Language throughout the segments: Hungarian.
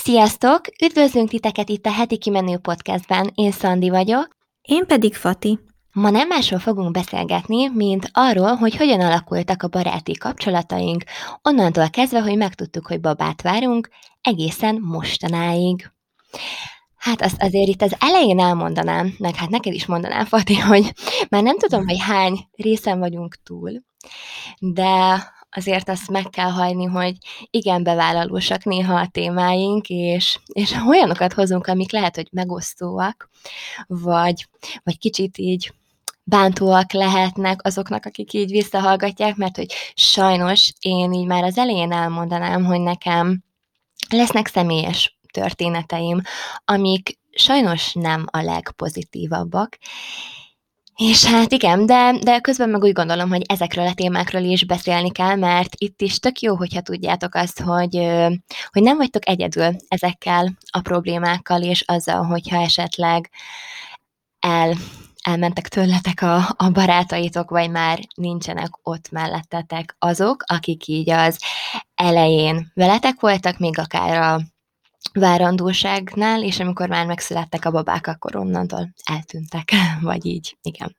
Sziasztok! Üdvözlünk titeket itt a Heti Kimenő Podcastben. Én Szandi vagyok. Én pedig Fati. Ma nem másról fogunk beszélgetni, mint arról, hogy hogyan alakultak a baráti kapcsolataink, onnantól kezdve, hogy megtudtuk, hogy babát várunk, egészen mostanáig. Hát azt azért itt az elején elmondanám, meg hát neked is mondanám, Fati, hogy már nem tudom, hogy hány részen vagyunk túl, de azért azt meg kell hagyni, hogy igen bevállalósak néha a témáink, és olyanokat hozunk, amik lehet, hogy megosztóak, vagy kicsit így bántóak lehetnek azoknak, akik így visszahallgatják, mert hogy sajnos én így már az elején elmondanám, hogy nekem lesznek személyes történeteim, amik sajnos nem a legpozitívabbak, és hát igen, de közben meg úgy gondolom, hogy ezekről a témákról is beszélni kell, mert itt is tök jó, hogyha tudjátok azt, hogy nem vagytok egyedül ezekkel a problémákkal, és azzal, hogyha esetleg elmentek tőletek a barátaitok, vagy már nincsenek ott mellettetek azok, akik így az elején veletek voltak, még akár a várandóságnál, és amikor már megszülettek a babák, akkor onnantól eltűntek, vagy így, igen.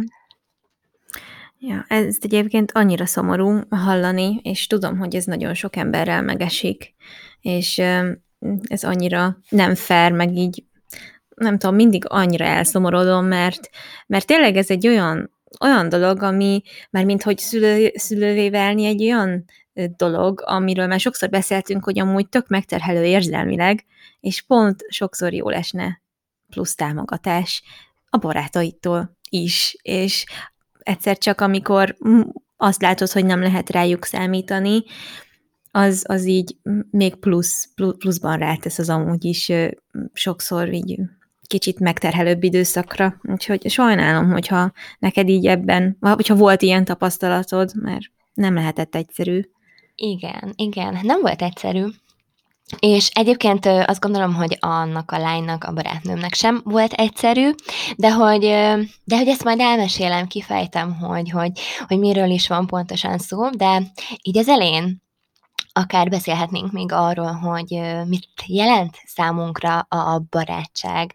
Ja, ez egyébként annyira szomorú hallani, és tudom, hogy ez nagyon sok emberrel megesik, és ez annyira nem fair, meg így, nem tudom, mindig annyira elszomorodom, mert tényleg ez egy olyan dolog, ami már minthogy szülővé válni egy olyan dolog, amiről már sokszor beszéltünk, hogy amúgy tök megterhelő érzelmileg, és pont sokszor jól esne plusz támogatás a barátaitól is, és egyszer csak, amikor azt látod, hogy nem lehet rájuk számítani, az így még pluszban rátesz az amúgy is sokszor így kicsit megterhelőbb időszakra. Úgyhogy sajnálom, hogyha neked így ebben, hogyha volt ilyen tapasztalatod, mert nem lehetett egyszerű. Igen, nem volt egyszerű. És egyébként azt gondolom, hogy annak a lánynak, a barátnőmnek sem volt egyszerű, de hogy ezt majd elmesélem, kifejtem, hogy miről is van pontosan szó, de így az elején akár beszélhetnénk még arról, hogy mit jelent számunkra a barátság,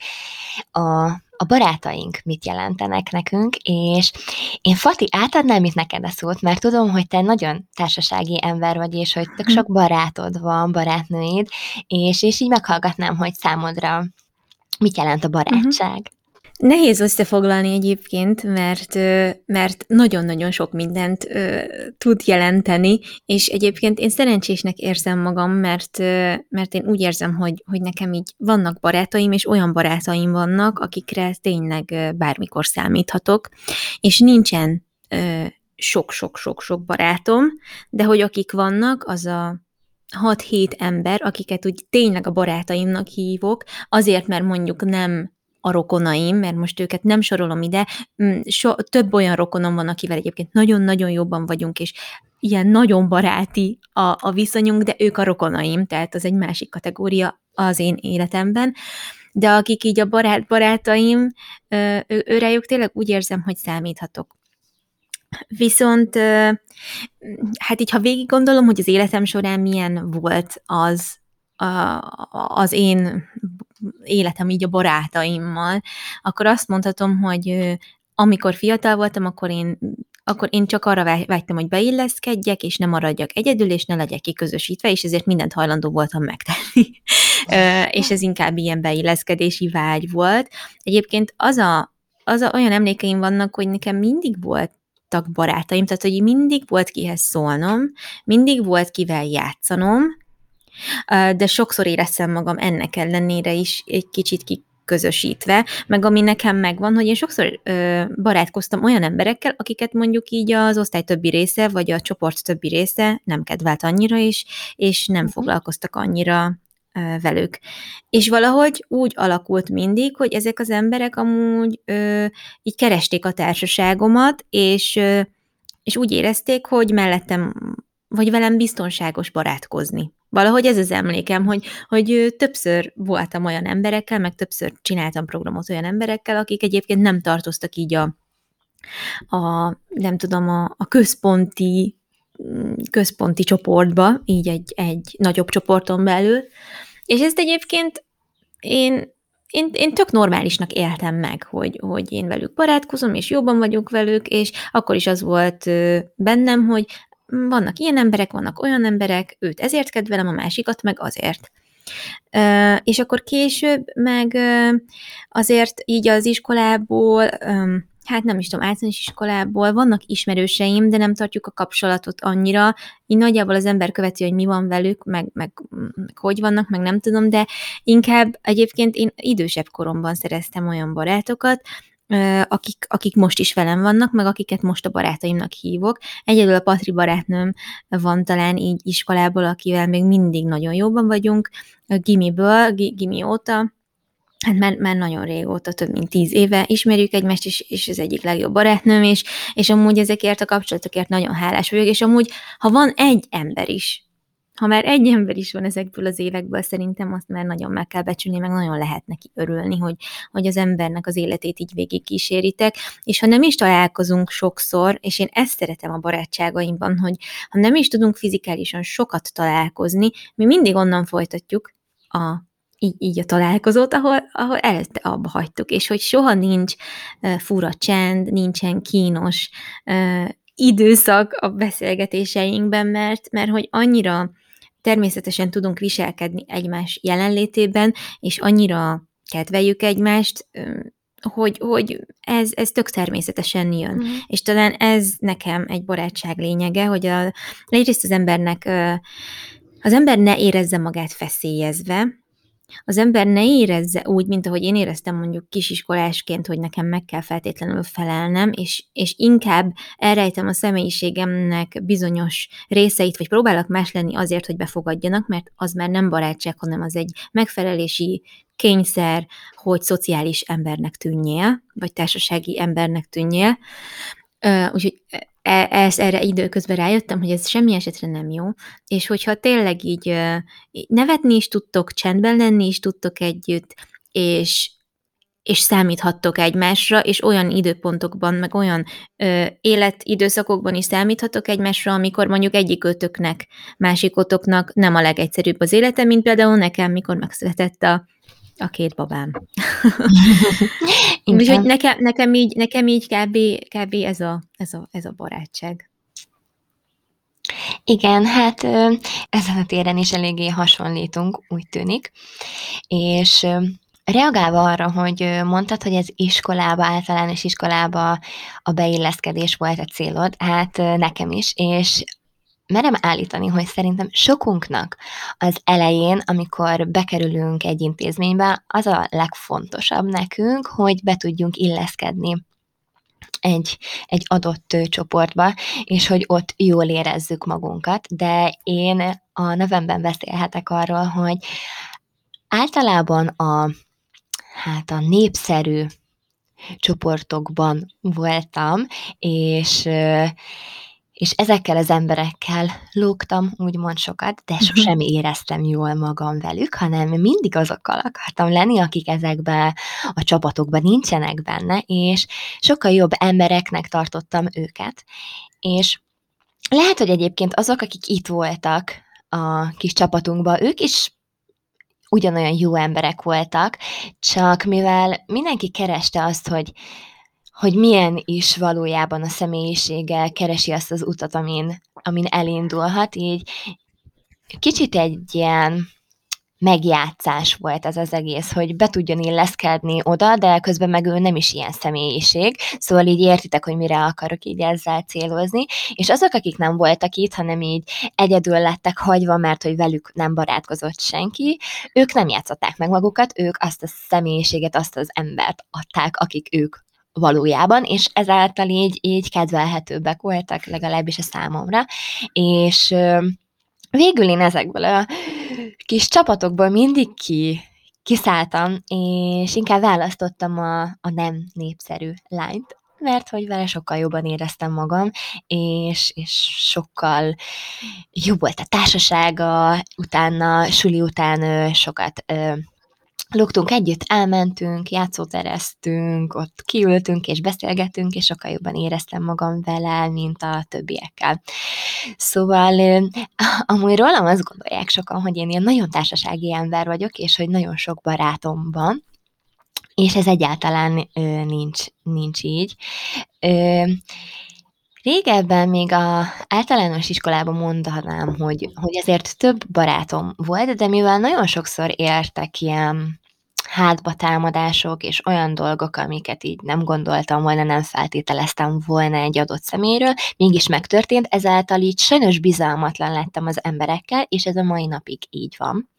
a barátaink mit jelentenek nekünk, és én, Fati, átadnám itt neked a szót, mert tudom, hogy te nagyon társasági ember vagy, és hogy tök sok barátod van, barátnőid, és így meghallgatnám, hogy számodra mit jelent a barátság. Nehéz összefoglalni egyébként, mert nagyon-nagyon sok mindent tud jelenteni, és egyébként én szerencsésnek érzem magam, mert én úgy érzem, hogy nekem így vannak barátaim, és olyan barátaim vannak, akikre tényleg bármikor számíthatok, és nincsen sok-sok-sok-sok barátom, de hogy akik vannak, az a 6-7 ember, akiket úgy tényleg a barátaimnak hívok, azért, mert mondjuk nem a rokonaim, mert most őket nem sorolom ide, több olyan rokonom van, akivel egyébként nagyon-nagyon jobban vagyunk, és ilyen nagyon baráti a viszonyunk, de ők a rokonaim, tehát az egy másik kategória az én életemben, de akik így a barátaim, őrájuk tényleg úgy érzem, hogy számíthatok. Viszont hát így, ha végig gondolom, hogy az életem során milyen volt az én életem így a barátaimmal, akkor azt mondhatom, hogy amikor fiatal voltam, akkor én csak arra vágytam, hogy beilleszkedjek, és ne maradjak egyedül, és ne legyek kiközösítve, és ezért mindent hajlandó voltam megtenni. És ez inkább ilyen beilleszkedési vágy volt. Egyébként olyan emlékeim vannak, hogy nekem mindig voltak barátaim, tehát hogy mindig volt kihez szólnom, mindig volt kivel játszanom, de sokszor éreztem magam ennek ellenére is egy kicsit kiközösítve, meg ami nekem megvan, hogy én sokszor barátkoztam olyan emberekkel, akiket mondjuk így az osztály többi része, vagy a csoport többi része nem kedvelt annyira is, és nem foglalkoztak annyira velük. És valahogy úgy alakult mindig, hogy ezek az emberek amúgy így keresték a társaságomat, és úgy érezték, hogy mellettem, vagy velem biztonságos barátkozni. Valahogy ez az emlékem, hogy többször voltam olyan emberekkel, meg többször csináltam programot olyan emberekkel, akik egyébként nem tartoztak így a központi csoportba, így egy nagyobb csoporton belül, És ezt egyébként én tök normálisnak éltem meg, hogy én velük barátkozom, és jobban vagyok velük, és akkor is az volt bennem, hogy vannak ilyen emberek, vannak olyan emberek, őt ezért kedvelem, a másikat meg azért. És akkor később meg azért így az iskolából, hát nem is tudom, általános iskolából vannak ismerőseim, de nem tartjuk a kapcsolatot annyira. Így nagyjából az ember követi, hogy mi van velük, meg hogy vannak, meg nem tudom, de inkább egyébként én idősebb koromban szereztem olyan barátokat, akik most is velem vannak, meg akiket most a barátaimnak hívok. Egyedül a Patri barátnőm van talán így iskolából, akivel még mindig nagyon jóban vagyunk, a gimi óta, hát már nagyon régóta, több mint 10 éve ismerjük egymást, és az egyik legjobb barátnőm, és amúgy ezekért a kapcsolatokért nagyon hálás vagyok, és amúgy, ha van egy ember is, ha már egy ember is van ezekből az évekből, szerintem azt már nagyon meg kell becsülni, meg nagyon lehet neki örülni, hogy az embernek az életét így végig kíséritek, és ha nem is találkozunk sokszor, és én ezt szeretem a barátságaimban, hogy ha nem is tudunk fizikálisan sokat találkozni, mi mindig onnan folytatjuk így a találkozót, ahol előtte abba hagytuk, és hogy soha nincs fura csend, nincsen kínos időszak a beszélgetéseinkben, mert hogy annyira természetesen tudunk viselkedni egymás jelenlétében, és annyira kedveljük egymást, hogy ez tök természetesen jön. Mm. És talán ez nekem egy barátság lényege, hogy egyrészt az ember ne érezze magát feszélyezve, az ember ne érezze úgy, mint ahogy én éreztem mondjuk kisiskolásként, hogy nekem meg kell feltétlenül felelnem, és inkább elrejtem a személyiségemnek bizonyos részeit, vagy próbálok más lenni azért, hogy befogadjanak, mert az már nem barátság, hanem az egy megfelelési kényszer, hogy szociális embernek tűnjél, vagy társasági embernek tűnjél. Úgyhogy erre időközben rájöttem, hogy ez semmi esetre nem jó, és hogyha tényleg így nevetni is tudtok, csendben lenni is tudtok együtt, és számíthattok egymásra, és olyan időpontokban, meg olyan életidőszakokban is számíthatok egymásra, amikor mondjuk egyikőtöknek, másikotoknak nem a legegyszerűbb az élete, mint például nekem, mikor megszületett a 2 babám. Úgyhogy nekem így kb. Ez a barátság. Igen, hát ezen a téren is eléggé hasonlítunk, úgy tűnik. És reagálva arra, hogy mondtad, hogy az általános iskolába a beilleszkedés volt a célod, hát nekem is, és merem állítani, hogy szerintem sokunknak az elején, amikor bekerülünk egy intézménybe, az a legfontosabb nekünk, hogy be tudjunk illeszkedni egy adott csoportba, és hogy ott jól érezzük magunkat, de én a nevemben beszélhetek arról, hogy általában a népszerű csoportokban voltam, és ezekkel az emberekkel lógtam úgymond sokat, de sosem éreztem jól magam velük, hanem mindig azokkal akartam lenni, akik ezekben a csapatokban nincsenek benne, és sokkal jobb embereknek tartottam őket. És lehet, hogy egyébként azok, akik itt voltak a kis csapatunkban, ők is ugyanolyan jó emberek voltak, csak mivel mindenki kereste azt, hogy milyen is valójában a személyisége, keresi azt az utat, amin elindulhat, így kicsit egy ilyen megjátszás volt ez az egész, hogy be tudjon illeszkedni oda, de közben meg ő nem is ilyen személyiség, szóval így értitek, hogy mire akarok így ezzel célozni, és azok, akik nem voltak itt, hanem így egyedül lettek hagyva, mert hogy velük nem barátkozott senki, ők nem játszották meg magukat, ők azt a személyiséget, azt az embert adták, akik ők valójában, és ezáltal így kedvelhetőbbek voltak, legalábbis a számomra, és végül én ezekből a kis csapatokból mindig kiszálltam, és inkább választottam a nem népszerű lányt, mert hogy vele sokkal jobban éreztem magam, és sokkal jobb volt a társasága, utána, suli után sokat Lógtunk együtt, elmentünk, játszótereztünk, ott kiültünk és beszélgettünk, és sokkal jobban éreztem magam vele, mint a többiekkel. Szóval amúgy rólam azt gondolják sokan, hogy én ilyen nagyon társasági ember vagyok, és hogy nagyon sok barátom van, és ez egyáltalán nincs így. Régebben még a általános iskolában mondhatnám, hogy azért több barátom volt, de mivel nagyon sokszor értek ilyen hátba támadások és olyan dolgok, amiket így nem gondoltam volna, nem feltételeztem volna egy adott személyről, mégis megtörtént, ezáltal így sajnos bizalmatlan lettem az emberekkel, és ez a mai napig így van.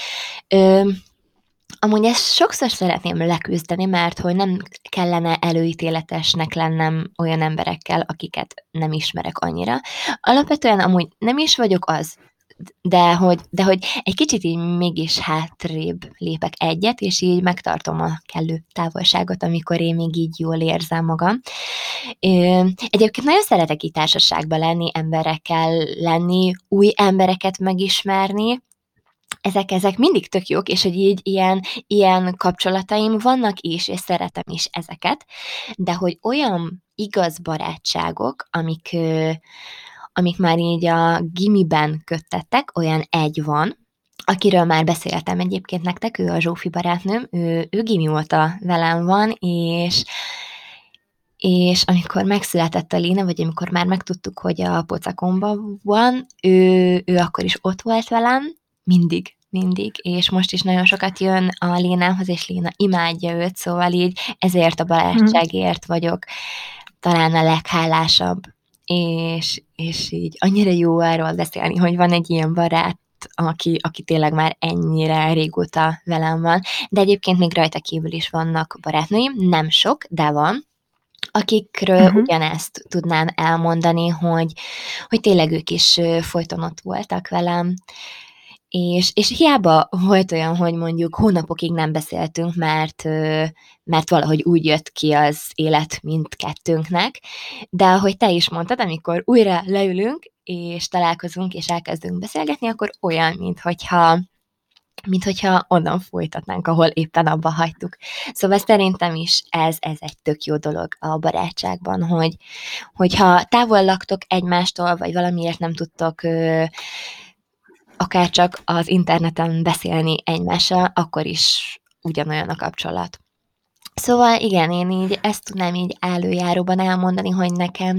Amúgy ezt sokszor szeretném leküzdeni, mert hogy nem kellene előítéletesnek lennem olyan emberekkel, akiket nem ismerek annyira. Alapvetően amúgy nem is vagyok az, de hogy egy kicsit így mégis hátrébb lépek egyet, és így megtartom a kellő távolságot, amikor én még így jól érzem magam. Egyébként nagyon szeretek így társaságban lenni, emberekkel lenni, új embereket megismerni, ezek mindig tök jók, és hogy így ilyen kapcsolataim vannak is, és szeretem is ezeket, de hogy olyan igaz barátságok, amik már így a gimiben köttettek, olyan egy van, akiről már beszéltem egyébként nektek, ő a Zsófi barátnőm, ő gimi óta velem van, és amikor megszületett a Léna, vagy amikor már megtudtuk, hogy a pocakomban van, ő akkor is ott volt velem, mindig, és most is nagyon sokat jön a Lénához, és Léna imádja őt, szóval így ezért a barátságért vagyok talán a leghálásabb, és így annyira jó arról beszélni, hogy van egy ilyen barát, aki tényleg már ennyire régóta velem van, de egyébként még rajta kívül is vannak barátnőim, nem sok, de van, akikről ugyanezt tudnám elmondani, hogy tényleg ők is folyton ott voltak velem, és hiába volt olyan, hogy mondjuk hónapokig nem beszéltünk, mert valahogy úgy jött ki az élet mindkettőnknek, de ahogy te is mondtad, amikor újra leülünk, és találkozunk, és elkezdünk beszélgetni, akkor olyan, minthogyha onnan folytatnánk, ahol éppen abba hagytuk. Szóval szerintem is ez egy tök jó dolog a barátságban, hogyha távol laktok egymástól, vagy valamiért nem tudtok akár csak az interneten beszélni egymással, akkor is ugyanolyan a kapcsolat. Szóval igen, én így ezt tudnám így előjáróban elmondani, hogy nekem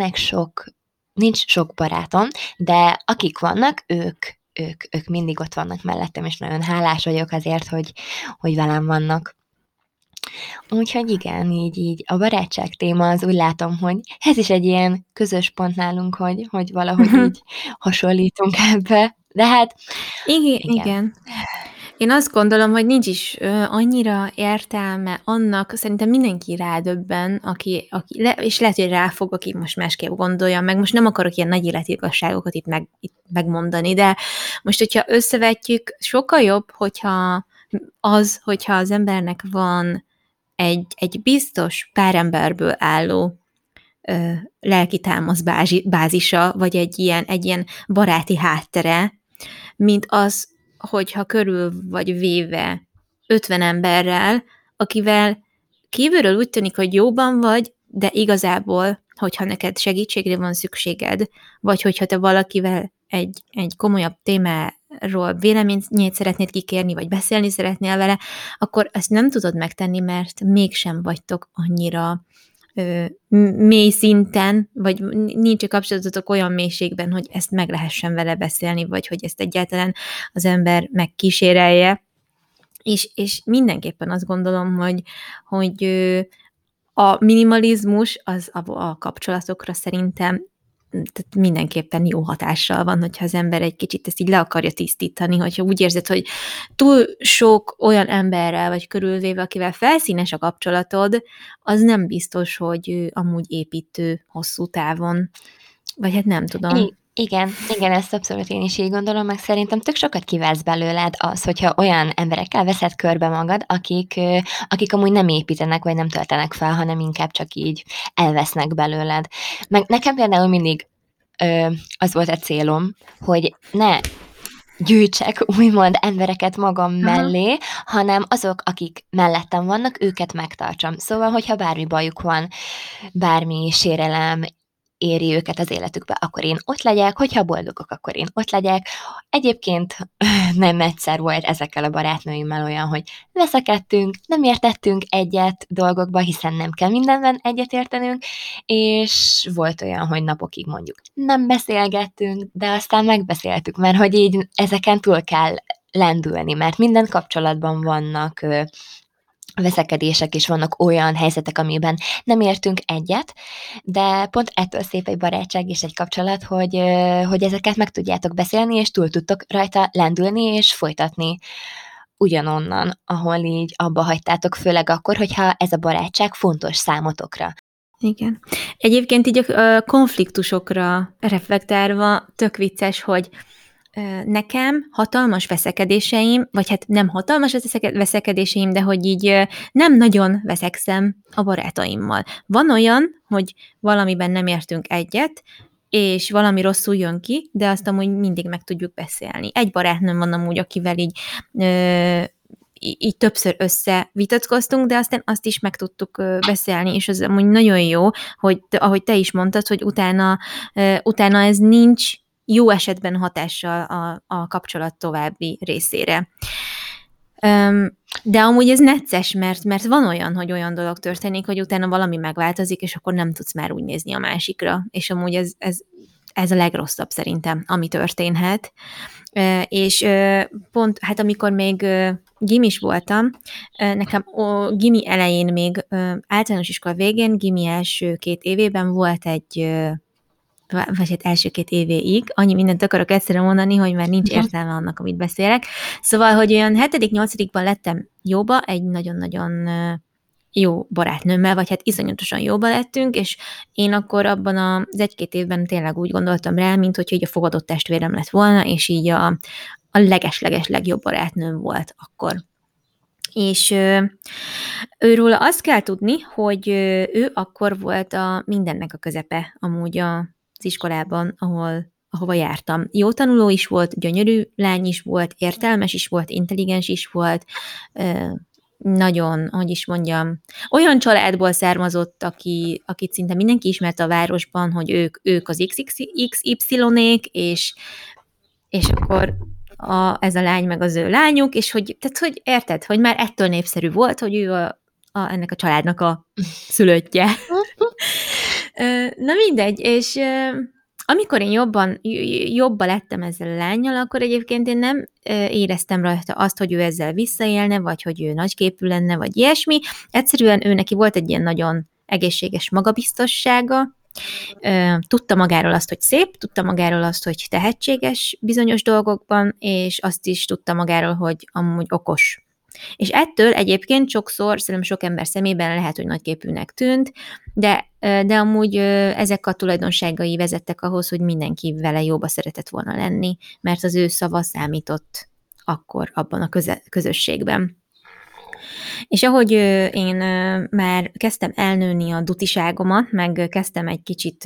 nincs sok barátom, de akik vannak, ők mindig ott vannak mellettem, és nagyon hálás vagyok azért, hogy velem vannak. Úgyhogy igen, így a barátság téma, az úgy látom, hogy ez is egy ilyen közös pont nálunk, hogy valahogy így hasonlítunk ebbe. De hát Igen. Én azt gondolom, hogy nincs is annyira értelme annak, szerintem mindenki rádöbben, és lehet, hogy ráfog, aki most másképp gondolja, meg most nem akarok ilyen nagy életigazságokat itt megmondani, de most, hogyha összevetjük, sokkal jobb, hogyha az embernek van egy biztos pár emberből álló lelki bázisa, vagy egy ilyen baráti háttere, mint az, hogyha körül vagy véve 50 emberrel, akivel kívülről úgy tűnik, hogy jóban vagy, de igazából, hogyha neked segítségre van szükséged, vagy hogyha te valakivel egy komolyabb témáról véleményét szeretnéd kikérni, vagy beszélni szeretnél vele, akkor ezt nem tudod megtenni, mert mégsem vagytok annyira mély szinten, vagy nincs kapcsolatotok olyan mélységben, hogy ezt meg lehessen vele beszélni, vagy hogy ezt egyáltalán az ember megkísérelje. És mindenképpen azt gondolom, hogy a minimalizmus az a kapcsolatokra szerintem tehát mindenképpen jó hatással van, hogyha az ember egy kicsit ezt így le akarja tisztítani, hogyha úgy érzed, hogy túl sok olyan emberrel vagy körülvéve, akivel felszínes a kapcsolatod, az nem biztos, hogy amúgy építő hosszú távon. Vagy hát nem tudom. Igen, ezt abszolút én is így gondolom, meg szerintem tök sokat kiválsz belőled az, hogyha olyan emberekkel veszed körbe magad, akik amúgy nem építenek, vagy nem töltenek fel, hanem inkább csak így elvesznek belőled. Meg nekem például mindig az volt a célom, hogy ne gyűjtsek úgymond embereket magam Aha. mellé, hanem azok, akik mellettem vannak, őket megtartsam. Szóval, hogyha bármi bajuk van, bármi sérelem éri őket az életükbe, akkor én ott legyek, hogyha boldogok, akkor én ott legyek. Egyébként nem egyszer volt ezekkel a barátnőimmel olyan, hogy veszekedtünk, nem értettünk egyet dolgokba, hiszen nem kell mindenben egyetértenünk, és volt olyan, hogy napokig mondjuk nem beszélgettünk, de aztán megbeszéltük, mert hogy így ezeken túl kell lendülni, mert minden kapcsolatban vannak veszekedések, és vannak olyan helyzetek, amiben nem értünk egyet, de pont ettől szép egy barátság és egy kapcsolat, hogy ezeket meg tudjátok beszélni, és túl tudtok rajta lendülni, és folytatni ugyanonnan, ahol így abba hagytátok, főleg akkor, hogyha ez a barátság fontos számotokra. Igen. Egyébként így a konfliktusokra reflektálva tök vicces, hogy nekem hatalmas veszekedéseim, vagy hát nem hatalmas veszekedéseim, de hogy így nem nagyon veszekszem a barátaimmal. Van olyan, hogy valamiben nem értünk egyet, és valami rosszul jön ki, de azt amúgy mindig meg tudjuk beszélni. Egy barátnőm van amúgy, akivel így többször összevitatkoztunk, de aztán azt is meg tudtuk beszélni, és az amúgy nagyon jó, hogy ahogy te is mondtad, hogy utána ez nincs jó esetben hatással a kapcsolat további részére. De amúgy ez necces, mert van olyan, hogy olyan dolog történik, hogy utána valami megváltozik, és akkor nem tudsz már úgy nézni a másikra, és amúgy ez a legrosszabb szerintem, ami történhet. És pont, hát amikor még gimis voltam, nekem gimi elején még általános iskola végén, gimi első 2 évében volt vagy hát első 2 évéig, annyi mindent akarok egyszerre mondani, hogy már nincs értelme annak, amit beszélek. Szóval, hogy olyan 7.-8.-ban lettem jóba, egy nagyon-nagyon jó barátnőmmel, vagy hát iszonyatosan jóba lettünk, és én akkor abban az 1-2 évben tényleg úgy gondoltam rá, mint hogy így a fogadott testvérem lett volna, és így a leges-leges legjobb barátnőm volt akkor. És őről azt kell tudni, hogy ő akkor volt a mindennek a közepe amúgy az iskolában, ahova jártam. Jó tanuló is volt, gyönyörű lány is volt, értelmes is volt, intelligens is volt, nagyon, hogy is mondjam, olyan családból származott, akit szinte mindenki ismert a városban, hogy ők az XY-ék, és akkor ez a lány meg az ő lányuk, és hogy érted, hogy már ettől népszerű volt, hogy ő ennek a családnak a szülöttje. Na mindegy, és amikor én jobban lettem ezzel a lánnyal, akkor egyébként én nem éreztem rajta azt, hogy ő ezzel visszaélne, vagy hogy ő nagyképű lenne, vagy ilyesmi. Egyszerűen ő neki volt egy ilyen nagyon egészséges magabiztossága, tudta magáról azt, hogy szép, tudta magáról azt, hogy tehetséges bizonyos dolgokban, és azt is tudta magáról, hogy amúgy okos. És ettől egyébként sokszor, szerintem sok ember szemében lehet, hogy nagyképűnek tűnt, de amúgy ezek a tulajdonságai vezettek ahhoz, hogy mindenki vele jóba szeretett volna lenni, mert az ő szava számított akkor abban a közösségben. És ahogy én már kezdtem elnőni a dutiságomat, meg kezdtem egy kicsit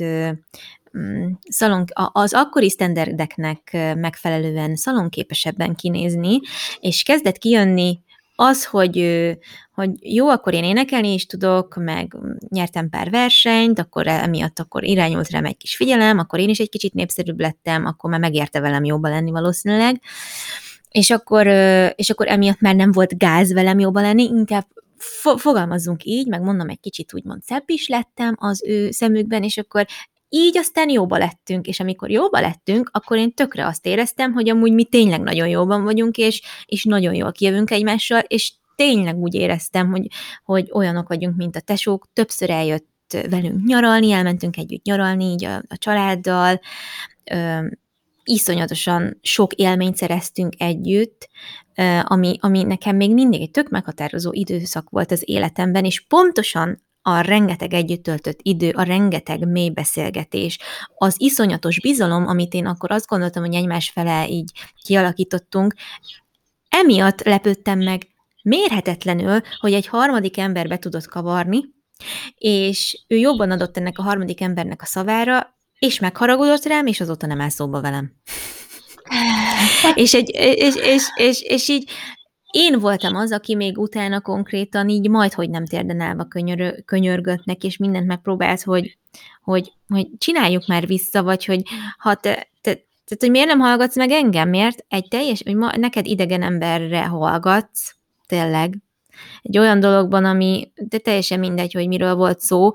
az akkori sztenderdeknek megfelelően szalonképesebben kinézni, és kezdett kijönni az, hogy jó, akkor én énekelni is tudok, meg nyertem pár versenyt, akkor emiatt akkor irányult rám egy kis figyelem, akkor én is egy kicsit népszerűbb lettem, akkor már megérte velem jóba lenni valószínűleg, és akkor emiatt már nem volt gáz velem jóba lenni, inkább fogalmazzunk így, meg mondom, egy kicsit úgymond szebb is lettem az ő szemükben, és akkor így aztán jóba lettünk, és amikor jóba lettünk, akkor én tökre azt éreztem, hogy amúgy mi tényleg nagyon jóban vagyunk, és nagyon jól kijövünk egymással, és tényleg úgy éreztem, hogy olyanok vagyunk, mint a tesók, többször eljött velünk nyaralni, elmentünk együtt nyaralni így a családdal, iszonyatosan sok élményt szereztünk együtt, ami nekem még mindig egy tök meghatározó időszak volt az életemben, és pontosan a rengeteg együtt töltött idő, a rengeteg mély beszélgetés, az iszonyatos bizalom, amit én akkor azt gondoltam, hogy egymás fele így kialakítottunk, emiatt lepődtem meg mérhetetlenül, hogy egy harmadik ember be tudott kavarni, és ő jobban adott ennek a harmadik embernek a szavára, és megharagudott rám, és azóta nem áll szóba velem. És így én voltam az, aki még utána konkrétan így majdhogy nem térden állva könyörgött neki, és mindent megpróbált, hogy csináljuk már vissza, vagy hogy ha tehát, hogy miért nem hallgatsz meg engem, miért egy teljes, hogy neked idegen emberre hallgatsz, tényleg, egy olyan dologban, ami de teljesen mindegy, hogy miről volt szó,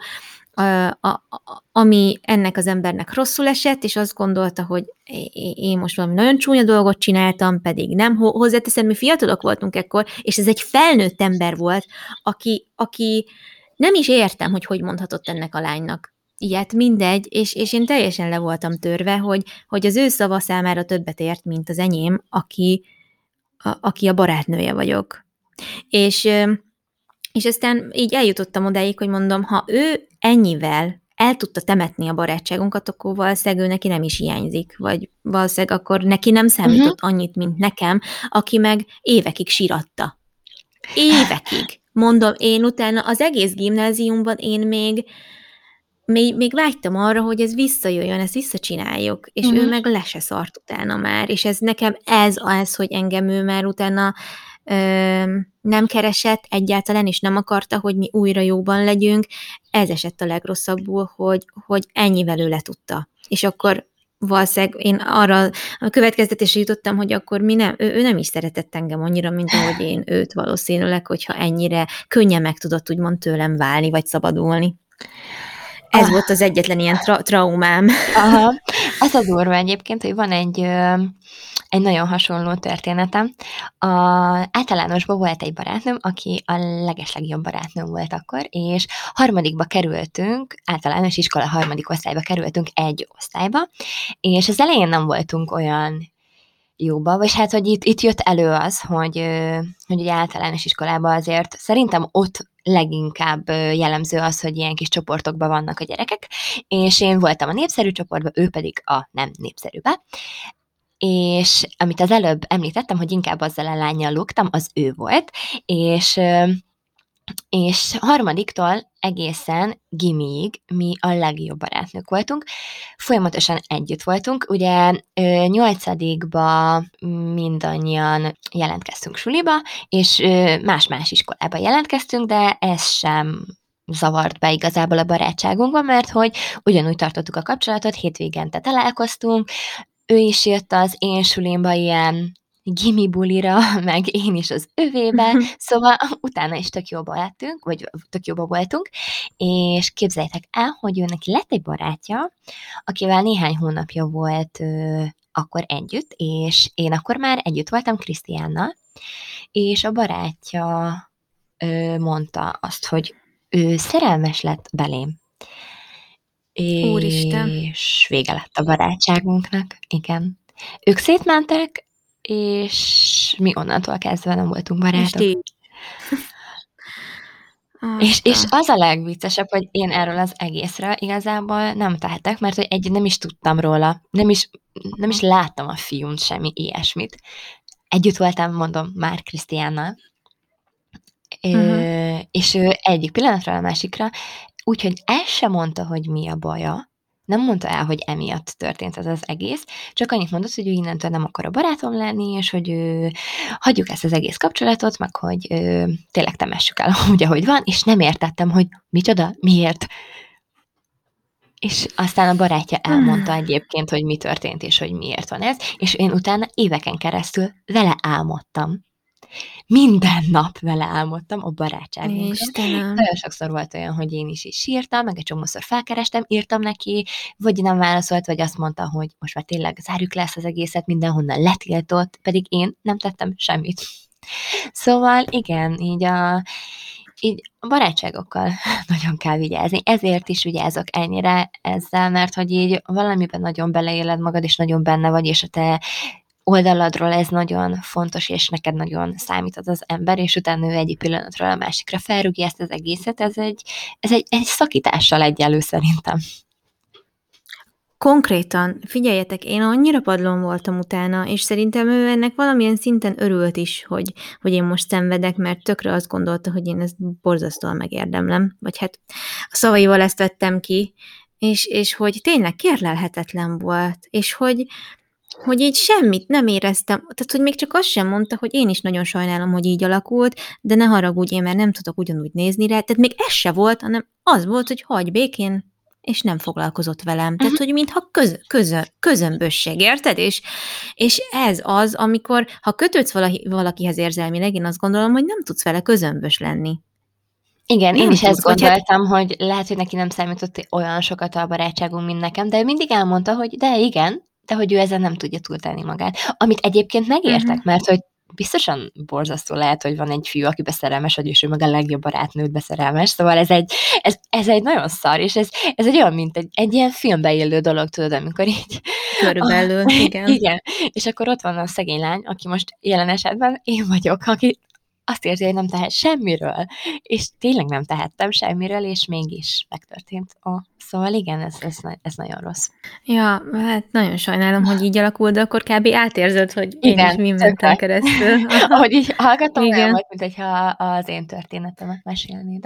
ami ennek az embernek rosszul esett, és azt gondolta, hogy én most valami nagyon csúnya dolgot csináltam, pedig nem. Hozzáteszem, mi fiatalok voltunk ekkor, és ez egy felnőtt ember volt, aki nem is értem, hogy mondhatott ennek a lánynak ilyet, mindegy, és én teljesen le voltam törve, hogy az ő szava számára többet ért, mint az enyém, aki a barátnője vagyok. És aztán így eljutottam odáig, hogy mondom, ha ő ennyivel el tudta temetni a barátságunkat, akkor valószínűleg ő neki nem is hiányzik, vagy valószínűleg akkor neki nem számított annyit, mint nekem, aki meg évekig síratta. Évekig. Mondom, én utána az egész gimnáziumban én még vágytam arra, hogy ez visszajöjjön, ezt visszacsináljuk, és ő meg le se szart utána már, és ez nekem ez, hogy engem ő már utána nem keresett egyáltalán, és nem akarta, hogy mi újra jóban legyünk, ez esett a legrosszabbul, hogy ennyivel ő letudta. És akkor valószínűleg én arra a következtetésre jutottam, hogy akkor ő nem is szeretett engem annyira, mint ahogy én őt valószínűleg, hogyha ennyire könnyen meg tudott úgymond tőlem válni, vagy szabadulni. Ez volt az egyetlen ilyen traumám. Aha. Az a durva egyébként, hogy van egy nagyon hasonló történetem. Általánosban volt egy barátnőm, aki a legeslegjobb barátnőm volt akkor, és harmadikba kerültünk, általános iskola harmadik osztályba kerültünk egy osztályba, és az elején nem voltunk olyan jóba, vagy hát, hogy itt jött elő az, hogy ugye általános iskolában azért szerintem ott leginkább jellemző az, hogy ilyen kis csoportokban vannak a gyerekek, és én voltam a népszerű csoportban, ő pedig a nem népszerűbe, és amit az előbb említettem, hogy inkább azzal a lánnyal lógtam, az ő volt, és harmadiktól egészen gimiig mi a legjobb barátnők voltunk. Folyamatosan együtt voltunk. Ugye 8-ba mindannyian jelentkeztünk suliba, és más-más iskolába jelentkeztünk, de ez sem zavart be igazából a barátságunkban, mert hogy ugyanúgy tartottuk a kapcsolatot, hétvégente találkoztunk, ő is jött az én sulimba ilyen gimi bulira, meg én is az övébe, szóval utána is tök jóba lettünk, vagy tök jóba voltunk, és képzeljétek el, hogy ő neki lett egy barátja, akivel néhány hónapja volt akkor együtt, és én akkor már együtt voltam Krisztiánnal, és a barátja mondta azt, hogy ő szerelmes lett belém. Úristen. És vége lett a barátságunknak, igen. Ők szétmentek, és mi onnantól kezdve nem voltunk barátok. És az a legviccesebb, hogy én erről az egészre igazából nem tehetek, mert hogy nem is tudtam róla, nem is láttam a fiún semmi ilyesmit. Együtt voltam, mondom, már Krisztiánnal, és ő egyik pillanatról a másikra, úgyhogy el sem mondta, hogy mi a baja, nem mondta el, hogy emiatt történt ez az egész, csak annyit mondott, hogy ő innentől nem akar a barátom lenni, és hogy hagyjuk ezt az egész kapcsolatot, meg hogy tényleg temessük el úgy, ahogy van, és nem értettem, hogy micsoda, miért. És aztán a barátja elmondta egyébként, hogy mi történt, és hogy miért van ez, és én utána éveken keresztül vele álmodtam. Minden nap vele álmodtam a barátságunkról. Istenem. Nagyon sokszor volt olyan, hogy én is sírtam, meg egy csomószor felkerestem, írtam neki, vagy nem válaszolt, vagy azt mondta, hogy most már tényleg zárjuk le ezt az egészet, mindenhonnan letiltott, pedig én nem tettem semmit. Szóval igen, így a barátságokkal nagyon kell vigyázni. Ezért is vigyázok ennyire ezzel, mert hogy így valamiben nagyon beleéled magad, és nagyon benne vagy, és a te oldaladról ez nagyon fontos, és neked nagyon számít az ember, és utána ő egyik pillanatról a másikra felrúgja ezt az egészet, ez egy szakítással egyelő szerintem. Konkrétan, figyeljetek, én annyira padlón voltam utána, és szerintem ő ennek valamilyen szinten örült is, hogy én most szenvedek, mert tökre azt gondolta, hogy én ezt borzasztóan megérdemlem, vagy hát a szavaival ezt vettem ki, és hogy tényleg kérlelhetetlen volt, és hogy hogy így semmit nem éreztem, tehát hogy még csak azt sem mondta, hogy én is nagyon sajnálom, hogy így alakult, de ne haragudj, én már nem tudok ugyanúgy nézni rá, tehát még ez se volt, hanem az volt, hogy hagyj békén, és nem foglalkozott velem. Tehát, hogy mintha közömbösség, érted? És ez az, amikor, ha kötődsz valakihez érzelmileg, én azt gondolom, hogy nem tudsz vele közömbös lenni. Igen, én Nem is ezt tudsz, vagy hát gondoltam, hogy lehet, hogy neki nem számított olyan sokat a barátságunk, mint nekem, de ő mindig elmondta, hogy de igen, de hogy ő ezzel nem tudja túltenni magát. Amit egyébként megértek, mert hogy biztosan borzasztó lehet, hogy van egy fiú, akibe szerelmes vagy, és ő meg a legjobb barátnődbe szerelmes, szóval ez egy nagyon szar, és ez egy olyan, mint egy ilyen filmbe illő dolog, tudod, amikor így... körülbelül, igen. Igen, és akkor ott van a szegény lány, aki most jelen esetben én vagyok, aki azt érzi, hogy nem tehet semmiről, és tényleg nem tehettem semmiről, és mégis megtörtént. Szóval igen, ez nagyon rossz. Ja, hát nagyon sajnálom, hogy így alakul, de akkor kb. Átérzed, hogy én is Igen, mi mentem tökre. keresztül. Ahogy így hallgatom, olyan Igen. volt, mint hogyha az én történetemet mesélnéd.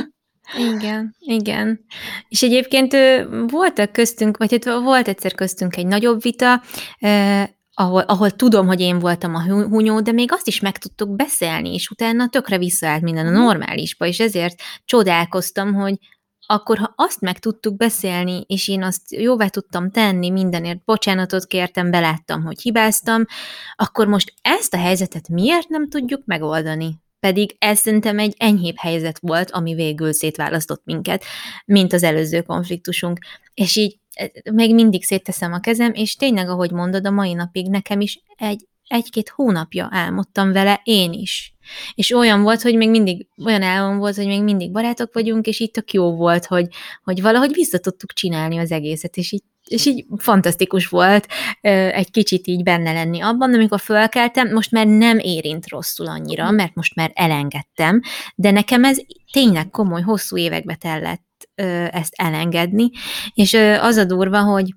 Igen. És egyébként voltak köztünk, vagy hát volt egyszer köztünk egy nagyobb vita, ahol tudom, hogy én voltam a hunyó, de még azt is meg tudtuk beszélni, és utána tökre visszaállt minden a normálisba, és ezért csodálkoztam, hogy akkor, ha azt meg tudtuk beszélni, és én azt jóvá tudtam tenni mindenért, bocsánatot kértem, beláttam, hogy hibáztam, akkor most ezt a helyzetet miért nem tudjuk megoldani? Pedig ez szerintem egy enyhébb helyzet volt, ami végül szétválasztott minket, mint az előző konfliktusunk. És így még mindig szétteszem a kezem, és tényleg, ahogy mondod, a mai napig nekem is egy-két hónapja álmodtam vele én is. És olyan volt, hogy még mindig, olyan álom volt, hogy még mindig barátok vagyunk, és így tök jó volt, hogy valahogy vissza tudtuk csinálni az egészet, és így fantasztikus volt egy kicsit így benne lenni abban, amikor fölkeltem, most már nem érint rosszul annyira, mert most már elengedtem, de nekem ez tényleg komoly, hosszú évekbe tellett ezt elengedni, és az a durva, hogy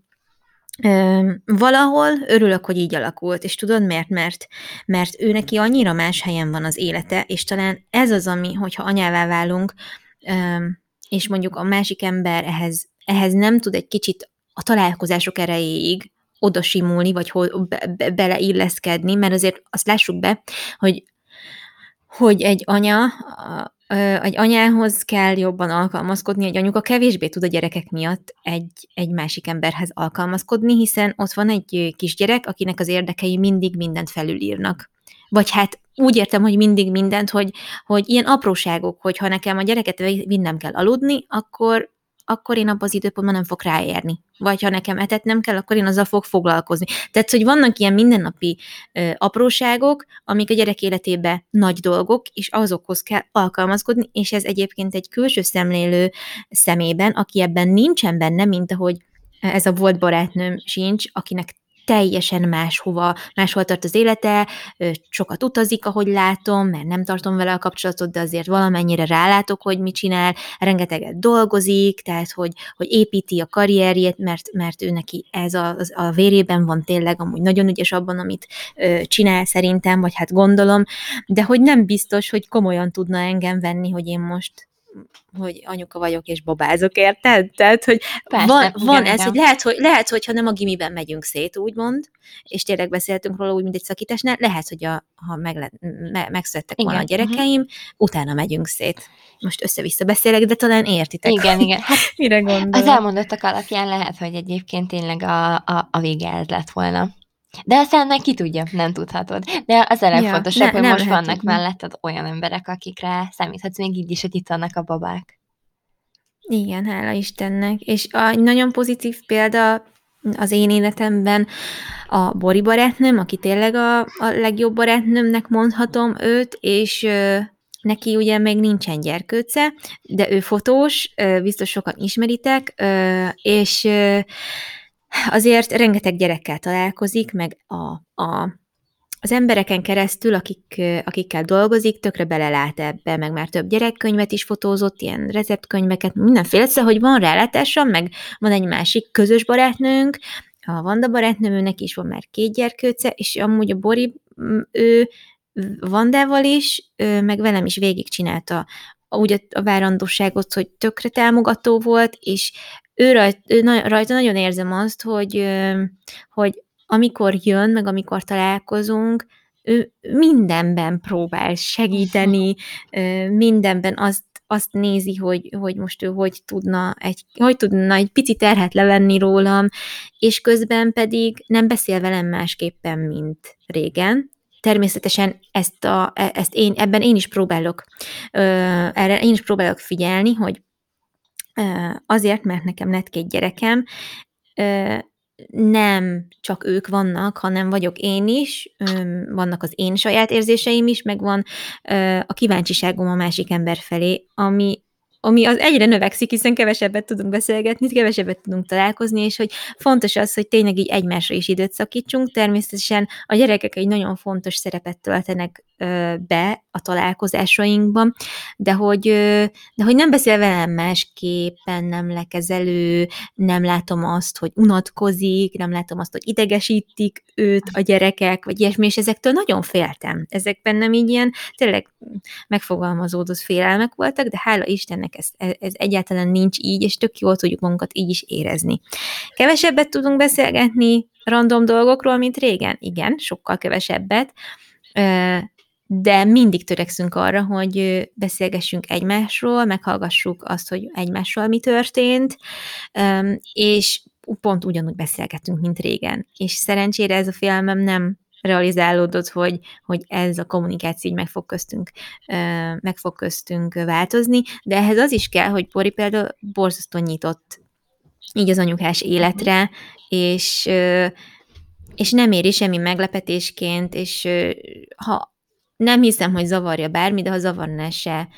valahol örülök, hogy így alakult, és tudod miért? Mert ő neki annyira más helyen van az élete, és talán ez az, ami, hogyha anyává válunk, és mondjuk a másik ember ehhez nem tud egy kicsit a találkozások erejéig oda simulni, vagy beleilleszkedni, mert azért azt lássuk be, hogy egy anyához kell jobban alkalmazkodni, egy anyuka kevésbé tud a gyerekek miatt egy másik emberhez alkalmazkodni, hiszen ott van egy kisgyerek, akinek az érdekei mindig mindent felülírnak. Vagy hát úgy értem, hogy mindig mindent, hogy ilyen apróságok, hogy ha nekem a gyereket vinnem kell aludni, akkor én abban az időpontban nem fog ráérni. Vagy ha nekem etetnem kell, akkor én azzal fog foglalkozni. Tehát, hogy vannak ilyen mindennapi apróságok, amik a gyerek életében nagy dolgok, és azokhoz kell alkalmazkodni, és ez egyébként egy külső szemlélő szemében, aki ebben nincsen benne, mint ahogy ez a volt barátnőm sincs, akinek teljesen máshol tart az élete, sokat utazik, ahogy látom, mert nem tartom vele a kapcsolatot, de azért valamennyire rálátok, hogy mit csinál, rengeteget dolgozik, tehát hogy építi a karrierjét, mert ő neki ez a vérében van tényleg, amúgy nagyon ügyes abban, amit csinál szerintem, vagy hát gondolom, de hogy nem biztos, hogy komolyan tudna engem venni, hogy én most hogy anyuka vagyok és babázok, érted? Tehát, hogy Persze, van igen, ez, igen. hogy lehet, hogyha nem a gimiben megyünk szét, úgymond, és tényleg beszéltünk róla úgy, mint egy szakításnál, lehet, hogy ha megszülettek volna a gyerekeim, utána megyünk szét. Most össze-vissza beszélek, de talán értitek. Igen. Hát mire gondolok. az elmondottak alapján lehet, hogy egyébként tényleg a vége ez lett volna. De aztán meg ki tudja, nem tudhatod. De az a legfontosabb, hogy most vannak melletted olyan emberek, akikre számíthatsz még így is, hogy itt vannak a babák. Igen, hála Istennek. És egy nagyon pozitív példa az én életemben a Bori barátnőm, aki tényleg a legjobb barátnőmnek mondhatom őt, és neki ugye még nincsen gyerkőce, de ő fotós, biztos sokan ismeritek, és azért rengeteg gyerekkel találkozik, meg az embereken keresztül, akikkel dolgozik, tökre belelát ebbe, meg már több gyerekkönyvet is fotózott, ilyen receptkönyveket, mindenféle, szóval, hogy van rálátása, meg van egy másik közös barátnőnk, a Vanda barátnőmnek is van már 2 gyerkőce, és amúgy a Bori, ő Vandával is, meg velem is végigcsinálta úgy a várandóságot, hogy tökre támogató volt, és ő rajta nagyon érzem azt, hogy amikor jön, meg amikor találkozunk, ő mindenben próbál segíteni, mindenben azt nézi, hogy most ő hogy tudna egy pici terhet levenni rólam, és közben pedig nem beszél velem másképpen, mint régen. Természetesen ebben én is próbálok, erre én is próbálok figyelni, hogy azért, mert nekem lett 2 gyerekem, nem csak ők vannak, hanem vagyok én is, vannak az én saját érzéseim is, meg van a kíváncsiságom a másik ember felé, ami az egyre növekszik, hiszen kevesebbet tudunk beszélgetni, kevesebbet tudunk találkozni, és hogy fontos az, hogy tényleg így egymásra is időt szakítsunk. Természetesen a gyerekek egy nagyon fontos szerepet töltenek be a találkozásainkban, de hogy nem beszél velem másképpen, nem lekezelő, nem látom azt, hogy unatkozik, nem látom azt, hogy idegesítik őt a gyerekek, vagy ilyesmi, és ezektől nagyon féltem. Ezek bennem így ilyen tényleg megfogalmazódott félelmek voltak, de hála Istennek ez egyáltalán nincs így, és tök jól tudjuk magunkat így is érezni. Kevesebbet tudunk beszélgetni random dolgokról, mint régen? Igen, sokkal kevesebbet, de mindig törekszünk arra, hogy beszélgessünk egymásról, meghallgassuk azt, hogy egymással mi történt, és pont ugyanúgy beszélgetünk, mint régen. És szerencsére ez a félelmem nem realizálódott, hogy ez a kommunikáció így meg fog köztünk változni, de ehhez az is kell, hogy Bori például borzasztó nyitott így az anyukás életre, és nem éri semmi meglepetésként, és ha nem hiszem, hogy zavarja bármi, de ha zavarná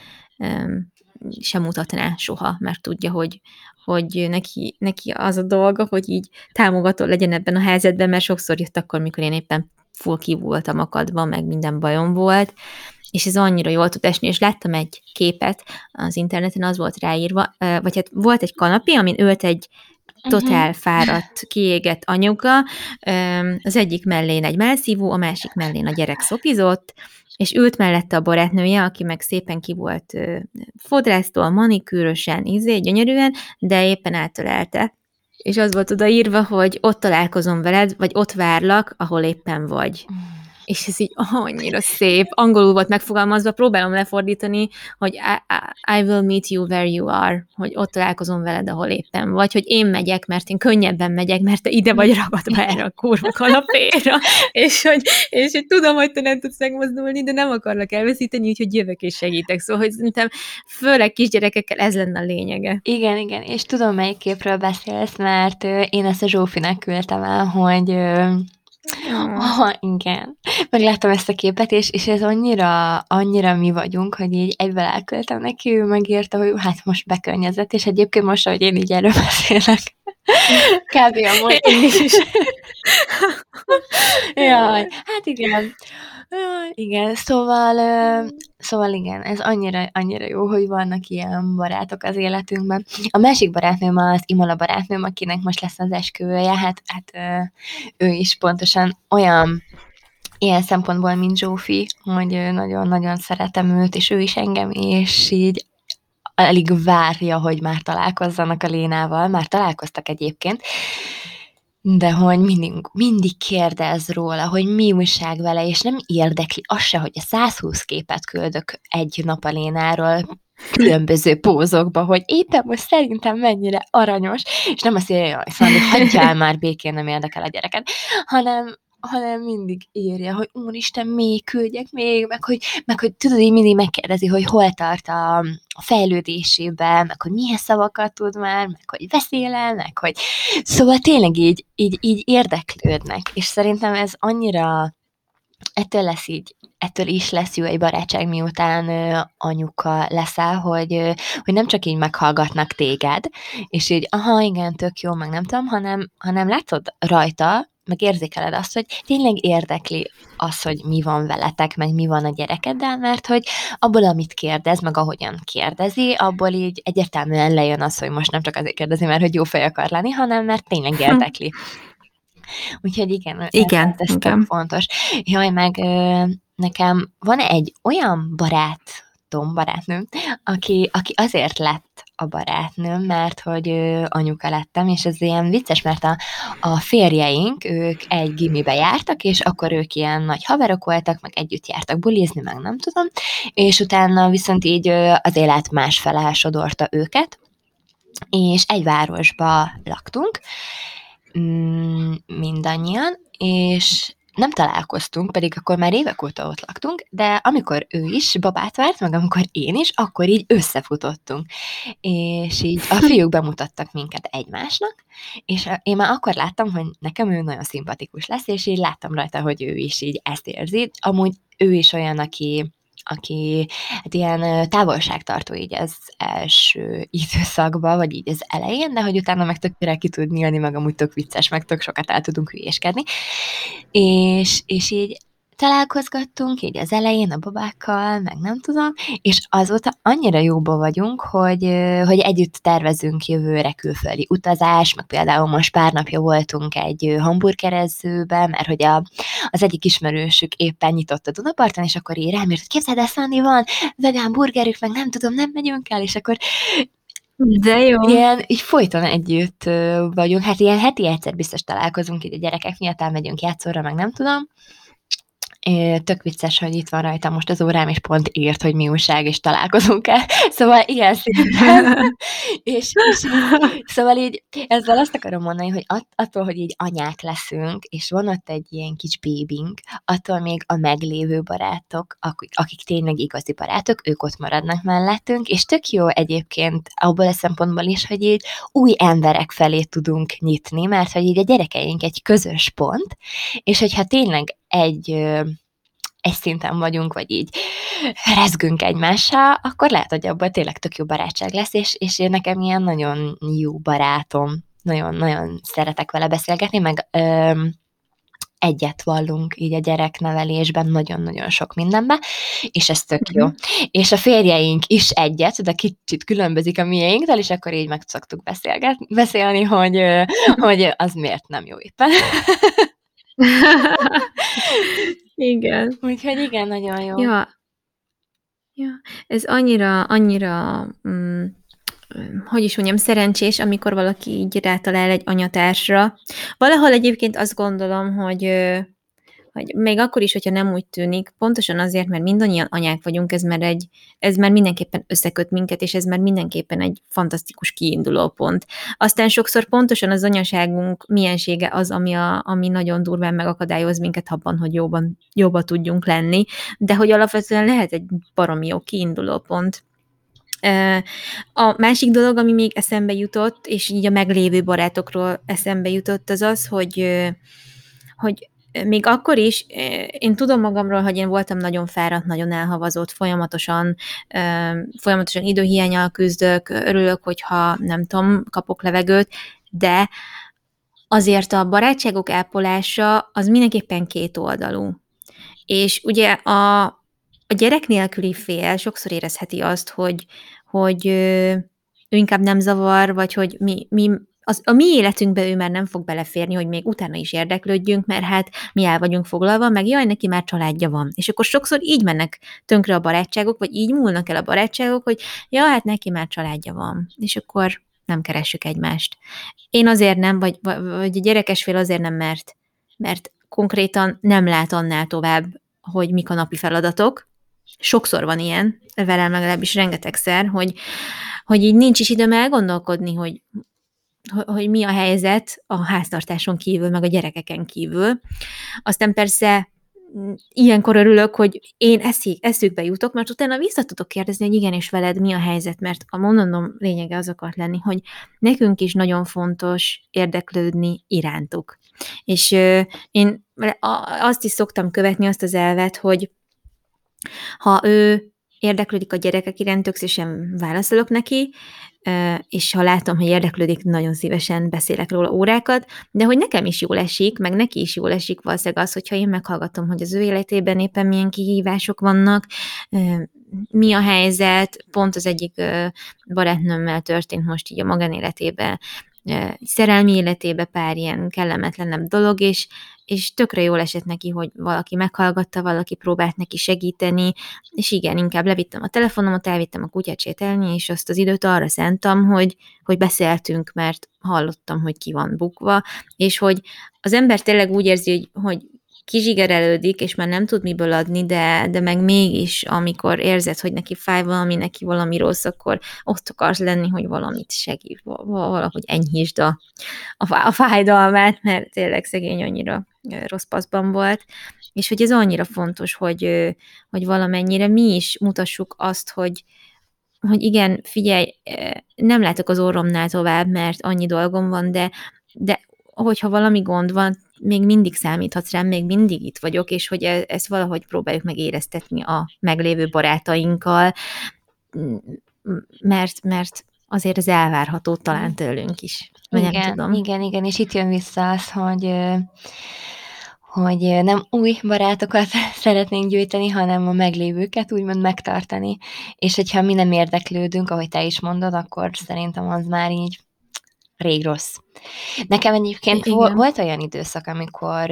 se mutatná soha, mert tudja, hogy neki az a dolga, hogy így támogató legyen ebben a helyzetben, mert sokszor jött akkor, mikor én éppen full ki voltam akadva, meg minden bajom volt, és ez annyira jól tud esni, és láttam egy képet az interneten, az volt ráírva, vagy hát volt egy kanapé, amin ült egy totál fáradt, kiégett anyuka, az egyik mellén egy melszívó, a másik mellén a gyerek szopizott, és ült mellette a barátnője, aki meg szépen ki volt fodrásztól, manikűrösen, gyönyörűen, de éppen átölelte. És az volt odaírva, hogy ott találkozom veled, vagy ott várlak, ahol éppen vagy. És ez így annyira szép. Angolul volt megfogalmazva, próbálom lefordítani, hogy I will meet you where you are, hogy ott találkozom veled, ahol éppen vagy, hogy én megyek, mert én könnyebben megyek, mert te ide vagy ragadva erre a kurva kanapéra, és hogy tudom, hogy te nem tudsz megmozdulni, de nem akarlak elveszíteni, úgyhogy jövök és segítek. Szóval, hogy szerintem főleg kisgyerekekkel ez lenne a lényege. Igen, és tudom, melyik képről beszélsz, mert én ezt a Zsófinak küldtem el, hogy igen. Megláttam ezt a képet, és ez annyira mi vagyunk, hogy így egyből elküldtem neki, ő megírta, hogy hát most bekönnyezett, és egyébként most, ahogy én így erről beszélek, kb. Amúgy is. Jaj, hát igen. Igen, szóval igen, ez annyira jó, hogy vannak ilyen barátok az életünkben. A másik barátnőm az Imola barátnőm, akinek most lesz az esküvője, hát ő is pontosan olyan ilyen szempontból, mint Zsófi, hogy nagyon-nagyon szeretem őt, és ő is engem, és így alig várja, hogy már találkozzanak a Lénával, már találkoztak egyébként, de hogy mindig kérdez róla, hogy mi újság vele, és nem érdekli az se, hogy a 120 képet küldök egy nap a Lénáról, különböző pózokba, hogy éppen most szerintem mennyire aranyos, és nem azt írja, hogy Szandi, hagyjál már békén, nem érdekel a gyereket, hanem mindig írja, hogy úristen, még küldjek még, meg hogy tudod, így mindig megkérdezi, hogy hol tart a fejlődésében, meg hogy milyen szavakat tud már, meg hogy beszél, meg hogy... Szóval tényleg így érdeklődnek, és szerintem ez annyira ettől is lesz jó egy barátság, miután anyuka leszel, hogy nem csak így meghallgatnak téged, és így, aha, igen, tök jó, meg nem tudom, hanem látod rajta, meg érzékeled azt, hogy tényleg érdekli az, hogy mi van veletek, meg mi van a gyerekeddel, mert hogy abból, amit kérdez, meg ahogyan kérdezi, abból így egyértelműen lejön az, hogy most nem csak azért kérdezi, mert hogy jó fej akar lenni, hanem mert tényleg érdekli. Úgyhogy igen, ez tök fontos. Jaj, meg nekem van egy olyan barátnőm, aki azért lett a barátnőm, mert hogy anyuka lettem, és ez ilyen vicces, mert a férjeink, ők egy gimibe jártak, és akkor ők ilyen nagy haverok voltak, meg együtt jártak bulizni, meg nem tudom, és utána viszont így az élet másfele sodorta őket, és egy városba laktunk, mindannyian, és nem találkoztunk, pedig akkor már évek óta ott laktunk, de amikor ő is babát várt, meg amikor én is, akkor így összefutottunk. És így a fiúk bemutattak minket egymásnak, és én már akkor láttam, hogy nekem ő nagyon szimpatikus lesz, és így láttam rajta, hogy ő is így ezt érzi. Amúgy ő is olyan, aki hát ilyen távolságtartó így az első időszakban, vagy így az elején, de hogy utána meg tökre ki tud nyílni, meg amúgy tök vicces, meg tök sokat el tudunk hülyéskedni. És így találkozgattunk így az elején a babákkal, meg nem tudom, és azóta annyira jóba vagyunk, hogy együtt tervezünk jövőre külföldi utazás, meg például most pár napja voltunk egy hamburgerezőbe, mert hogy az egyik ismerősük éppen nyitott a Dunaparton, és akkor így rám írt, hogy képzeld el, Szandi, van vegán burgerük, meg nem tudom, nem megyünk el, és akkor De jó. ilyen, így folyton együtt vagyunk, hát ilyen heti egyszer biztos találkozunk, így a gyerekek miatt elmegyünk játszóra, meg nem tudom. Tök vicces, hogy itt van rajta most az órám, és pont írt, hogy mi újság, és találkozunk-e. Szóval ilyen szinten. Szóval így ezzel azt akarom mondani, hogy attól, hogy így anyák leszünk, és van ott egy ilyen kis bébink, attól még a meglévő barátok, akik tényleg igazi barátok, ők ott maradnak mellettünk, és tök jó egyébként abból a szempontból is, hogy így új emberek felé tudunk nyitni, mert hogy így a gyerekeink egy közös pont, és hogyha tényleg egy szinten vagyunk, vagy így rezgünk egymással, akkor lehet, hogy abban tényleg tök jó barátság lesz, és én nekem ilyen nagyon jó barátom, nagyon-nagyon szeretek vele beszélgetni, meg egyet vallunk így a gyereknevelésben, nagyon-nagyon sok mindenben, és ez tök jó. És a férjeink is egyet, de kicsit különbözik a miénktől, és akkor így meg szoktuk beszélni, hogy az miért nem jó éppen. Igen. Úgyhogy igen, nagyon jó. Ja. Ez annyira, hogy is mondjam, szerencsés, amikor valaki így rátalál egy anyatársra. Valahol egyébként azt gondolom, hogy még akkor is, hogyha nem úgy tűnik, pontosan azért, mert mindannyian anyák vagyunk, ez már mindenképpen összeköt minket, és ez már mindenképpen egy fantasztikus kiinduló pont. Aztán sokszor pontosan az anyaságunk miensége az, ami nagyon durván megakadályoz minket abban, hogy jobban tudjunk lenni, de hogy alapvetően lehet egy baromi jó kiinduló pont. A másik dolog, ami még eszembe jutott, és így a meglévő barátokról eszembe jutott, az az, hogy még akkor is, én tudom magamról, hogy én voltam nagyon fáradt, nagyon elhavazott, folyamatosan időhiánnyal küzdök, örülök, hogyha nem tudom, kapok levegőt, de azért a barátságok ápolása az mindenképpen kétoldalú. És ugye a gyerek nélküli fél sokszor érezheti azt, hogy ő inkább nem zavar, vagy hogy a mi életünkbe ő már nem fog beleférni, hogy még utána is érdeklődjünk, mert hát mi el vagyunk foglalva, meg jaj, neki már családja van. És akkor sokszor így mennek tönkre a barátságok, vagy így múlnak el a barátságok, hogy ja, hát neki már családja van. És akkor nem keressük egymást. Én azért nem, vagy a gyerekes fél azért nem, mert konkrétan nem lát annál tovább, hogy mik a napi feladatok. Sokszor van ilyen, velem legalábbis rengetegszer, hogy így nincs is időm elgondolkodni, hogy mi a helyzet a háztartáson kívül, meg a gyerekeken kívül. Aztán persze ilyenkor örülök, hogy én eszükbe jutok, mert utána vissza tudok kérdezni, hogy igen, és veled mi a helyzet, mert a mondanom lényege az akart lenni, hogy nekünk is nagyon fontos érdeklődni irántuk. És én azt is szoktam követni, azt az elvet, hogy ha ő érdeklődik a gyerekek iránt, tök szívesen válaszolok neki, és ha látom, hogy érdeklődik, nagyon szívesen beszélek róla órákat, de hogy nekem is jól esik, meg neki is jól esik valószínűleg az, hogyha én meghallgatom, hogy az ő életében éppen milyen kihívások vannak, mi a helyzet, pont az egyik barátnőmmel történt most így a magánéletében, szerelmi életében pár ilyen kellemetlenebb dolog, és és tökre jól esett neki, hogy valaki meghallgatta, valaki próbált neki segíteni, és igen, inkább levittem a telefonomat, elvittem a kutyát sétálni, és azt az időt arra szántam, hogy beszéltünk, mert hallottam, hogy ki van bukva, és hogy az ember tényleg úgy érzi, hogy kizsigerelődik, és már nem tud miből adni, de meg mégis, amikor érzed, hogy neki fáj valami, neki valami rossz, akkor ott akarsz lenni, hogy valamit segít, valahogy enyhítsd a fájdalmát, mert tényleg szegény annyira rossz paszban volt, és hogy ez annyira fontos, hogy valamennyire mi is mutassuk azt, hogy igen, figyelj, nem látok az orromnál tovább, mert annyi dolgom van, de hogyha valami gond van, még mindig számíthatsz rám, még mindig itt vagyok, és hogy ezt valahogy próbáljuk meg éreztetni a meglévő barátainkkal, mert azért ez elvárható talán tőlünk is. Igen, nem tudom. igen, és itt jön vissza az, hogy nem új barátokat szeretnénk gyűjteni, hanem a meglévőket úgymond megtartani. És hogyha mi nem érdeklődünk, ahogy te is mondod, akkor szerintem az már így rég rossz. Nekem egyébként volt olyan időszak, amikor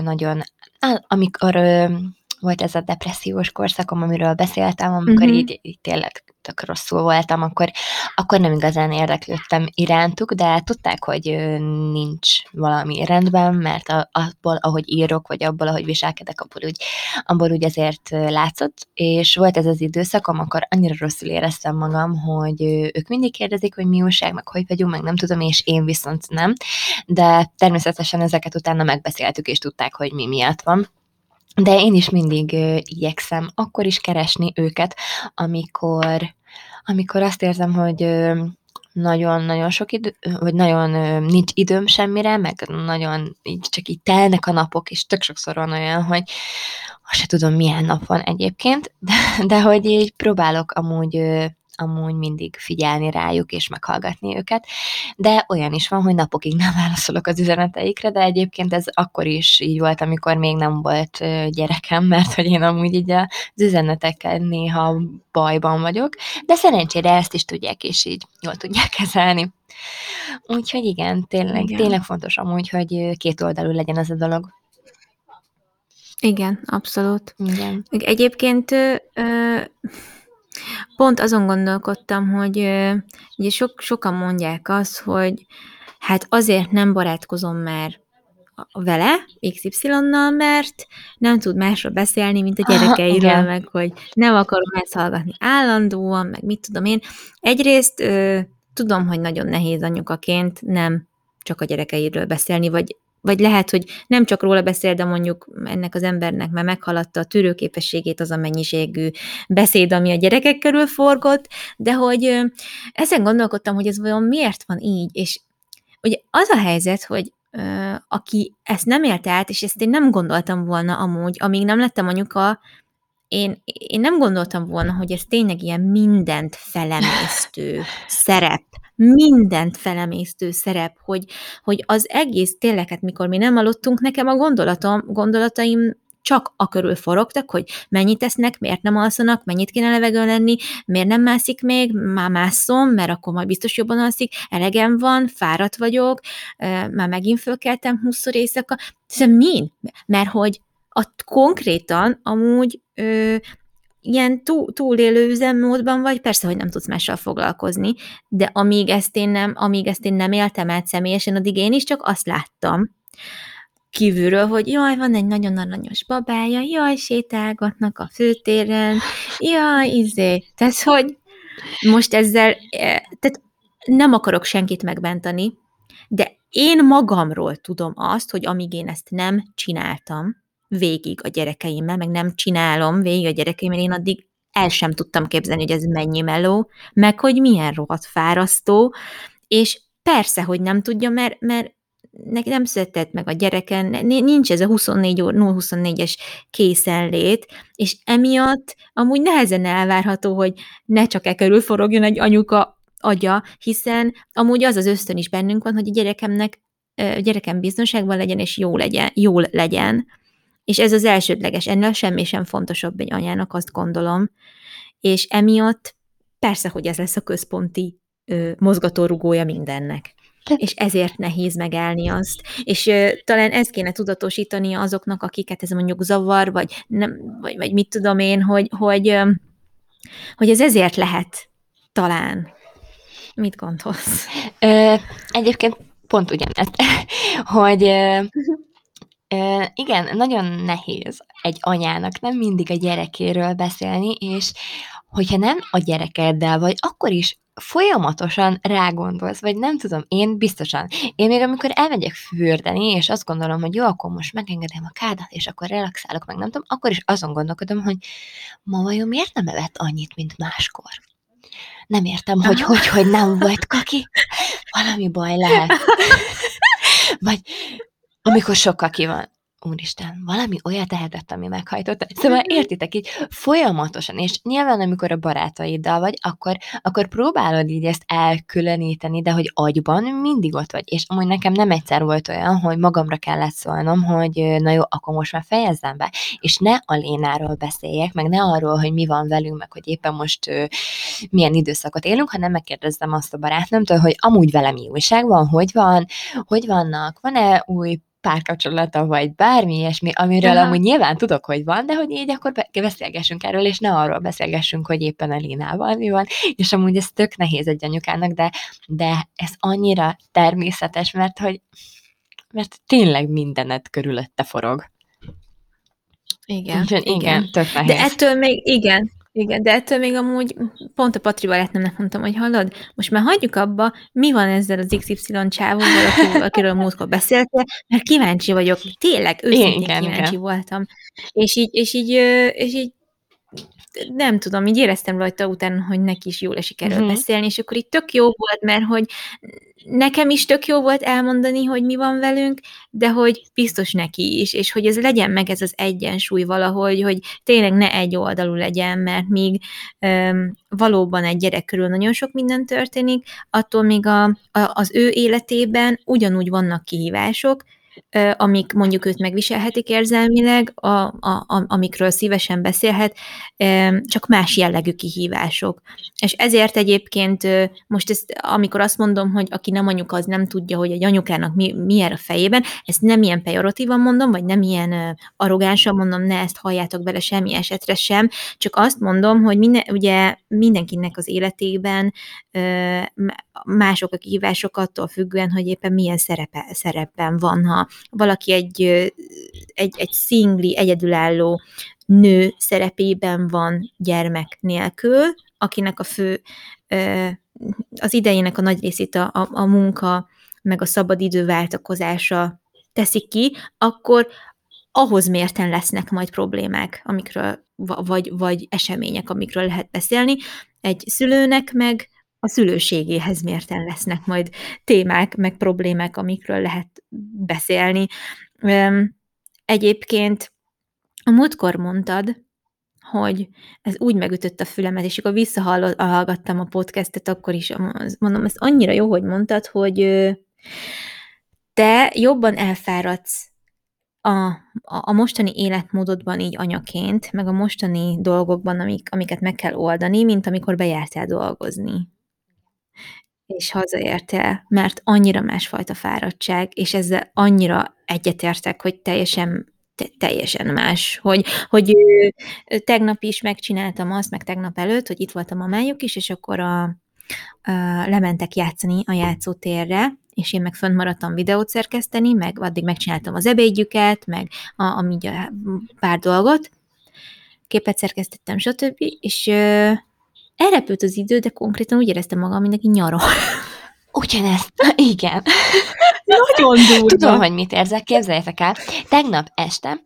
volt ez a depressziós korszakom, amiről beszéltem, amikor így tényleg tök rosszul voltam, akkor nem igazán érdeklődtem irántuk, de tudták, hogy nincs valami rendben, mert abból, ahogy írok, vagy abból, ahogy viselkedek, abból úgy azért látszott, és volt ez az időszakom, akkor annyira rosszul éreztem magam, hogy ők mindig kérdezik, hogy mi újság, meg hogy vagyunk, meg nem tudom, és én viszont nem, de természetesen ezeket utána megbeszéltük, és tudták, hogy mi miatt van. De én is mindig igyekszem akkor is keresni őket, amikor azt érzem, hogy nagyon-nagyon sok idő, vagy nagyon nincs időm semmire, meg nagyon csak így telnek a napok, és tök sokszor van olyan, hogy azt se tudom, milyen nap van egyébként, de hogy így próbálok amúgy mindig figyelni rájuk, és meghallgatni őket, de olyan is van, hogy napokig nem válaszolok az üzeneteikre, de egyébként ez akkor is így volt, amikor még nem volt gyerekem, mert hogy én amúgy így az üzenetekkel néha bajban vagyok, de szerencsére ezt is tudják, és így jól tudják kezelni. Úgyhogy igen, tényleg fontos amúgy, hogy kétoldalú legyen ez a dolog. Igen, abszolút. Igen. Egyébként pont azon gondolkodtam, hogy ugye sokan mondják azt, hogy hát azért nem barátkozom már vele, XY-nal, mert nem tud másról beszélni, mint a gyerekeiről, meg hogy nem akarom ezt hallgatni állandóan, meg mit tudom én. Egyrészt tudom, hogy nagyon nehéz anyukaként nem csak a gyerekeiről beszélni, vagy lehet, hogy nem csak róla beszél, de mondjuk ennek az embernek már meghaladta a tűrőképességét az a mennyiségű beszéd, ami a gyerekek körül forgott, de hogy ezen gondolkodtam, hogy ez vajon miért van így, és ugye az a helyzet, hogy aki ezt nem élte át, és ezt én nem gondoltam volna amúgy, amíg nem lettem anyuka, én nem gondoltam volna, hogy ez tényleg ilyen mindent felemésztő szerep, hogy az egész tényleg, hát mikor mi nem aludtunk, nekem a gondolataim csak a körül forogtak, hogy mennyit esznek, miért nem alszanak, mennyit kéne levegőn lenni, miért nem mászik még, már másszom, mert akkor majd biztos jobban alszik, elegem van, fáradt vagyok, már megint fölkeltem 20-szor éjszaka. Szóval mind? Mert hogy konkrétan amúgy ilyen túlélő üzemmódban vagy, persze, hogy nem tudsz mással foglalkozni, de amíg ezt én nem éltem át személyesen, addig én is csak azt láttam kívülről, hogy jaj, van egy nagyon aranyos babája, jaj, sétálgatnak a főtéren, jaj, tehát, hogy most ezzel, tehát nem akarok senkit megbántani, de én magamról tudom azt, hogy amíg én ezt nem csináltam végig a gyerekeimmel, meg nem csinálom végig a gyerekeimmel, én addig el sem tudtam képzelni, hogy ez mennyi meló, meg hogy milyen rohadt fárasztó, és persze, hogy nem tudja, mert neki nem született meg a gyereken, nincs ez a 0-24-es készenlét, és emiatt amúgy nehezen elvárható, hogy ne csak körül forogjon egy anyuka agya, hiszen amúgy az az ösztön is bennünk van, hogy a gyerekem biztonságban legyen, és jól legyen. És ez az elsődleges, ennél semmi sem fontosabb egy anyának, azt gondolom. És emiatt persze, hogy ez lesz a központi mozgatórugója mindennek. és ezért nehéz megállni azt. És talán ezt kéne tudatosítani azoknak, akiket ez mondjuk zavar, vagy, nem, vagy mit tudom én, hogy ez ezért lehet talán. Mit gondolsz? Egyébként pont ugyanezt, hogy igen, nagyon nehéz egy anyának nem mindig a gyerekéről beszélni, és hogyha nem a gyerekeddel vagy, akkor is folyamatosan rágondolsz, vagy nem tudom, én biztosan. Én még amikor elmegyek fürdeni, és azt gondolom, hogy jó, akkor most megengedem a kádat, és akkor relaxálok, meg nem tudom, akkor is azon gondolkodom, hogy ma vajon miért nem evett annyit, mint máskor? Nem értem, hogy nem volt kaki. Valami baj lehet. Vagy amikor sok kaki van. Úristen, valami olyat tehetett, ami meghajtott. Szóval értitek így folyamatosan, és nyilván amikor a barátaiddal vagy, akkor próbálod így ezt elkülöníteni, de hogy agyban mindig ott vagy. És amúgy nekem nem egyszer volt olyan, hogy magamra kellett szólnom, hogy na jó, akkor most már fejezzem be, és ne a Lénáról beszéljek, meg ne arról, hogy mi van velünk, meg hogy éppen most milyen időszakot élünk, hanem megkérdezzem azt a barátnőmtől, hogy amúgy velem mi újság van, hogy vannak, van-e új párkapcsolata, vagy bármi ilyesmi, amiről amúgy nyilván tudok, hogy van, de hogy így akkor beszélgessünk erről, és ne arról beszélgessünk, hogy éppen a Linával mi van, és amúgy ez tök nehéz egy anyukának, de ez annyira természetes, mert tényleg mindened körülötte forog. Igen, Úgyhogy igen, tök nehéz. De ettől még amúgy pont a Patri barátnőmnek mondtam, hogy hallod, most már hagyjuk abba, mi van ezzel az XY csávóval, akiről múltkor beszéltél, mert kíváncsi vagyok, tényleg őszintén kíváncsi voltam. És így nem tudom, így éreztem rajta utána, hogy neki is jól esik erről beszélni, és akkor így tök jó volt, mert hogy nekem is tök jó volt elmondani, hogy mi van velünk, de hogy biztos neki is, és hogy ez legyen meg ez az egyensúly valahogy, hogy tényleg ne egy oldalú legyen, mert míg valóban egy gyerek körül nagyon sok minden történik, attól még az ő életében ugyanúgy vannak kihívások, amik mondjuk őt megviselhetik érzelmileg, amikről szívesen beszélhet, csak más jellegű kihívások. És ezért egyébként most ezt, amikor azt mondom, hogy aki nem anyuka, az nem tudja, hogy egy anyukának mi jár a fejében, ezt nem ilyen pejoratívan mondom, vagy nem ilyen arrogánsan mondom, ne ezt halljátok bele semmi esetre sem, csak azt mondom, hogy ugye mindenkinek az életében mások a kihívások attól függően, hogy éppen milyen szerepben van. Ha valaki egy szingli, egyedülálló nő szerepében van gyermek nélkül, akinek a fő, az idejének a nagy részét a munka, meg a szabadidő váltakozása teszik ki, akkor ahhoz mérten lesznek majd problémák, amikről, vagy események, amikről lehet beszélni. Egy szülőnek meg a szülőségéhez mérten lesznek majd témák, meg problémák, amikről lehet beszélni. Egyébként a múltkor mondtad, hogy ez úgy megütött a fülemet, és akkor visszahallgattam a podcastet, akkor is mondom, ez annyira jó, hogy mondtad, hogy te jobban elfáradsz a mostani életmódodban így anyaként, meg a mostani dolgokban, amiket meg kell oldani, mint amikor bejártál dolgozni. És hazaértél, mert annyira másfajta fáradtság, és ezzel annyira egyetértek, hogy teljesen más, hogy tegnap is megcsináltam azt, meg tegnap előtt, hogy itt volt a mamájuk is, és akkor lementek játszani a játszótérre, és én meg fönt maradtam videót szerkeszteni, meg addig megcsináltam az ebédjüket, meg a pár dolgot, képet szerkesztettem, stb. És elrepült az idő, de konkrétan úgy éreztem magam, mint aki nyarol. Ugyanezt, igen. Nagyon durva. Tudom, hogy mit érzek, képzeljétek el. Tegnap este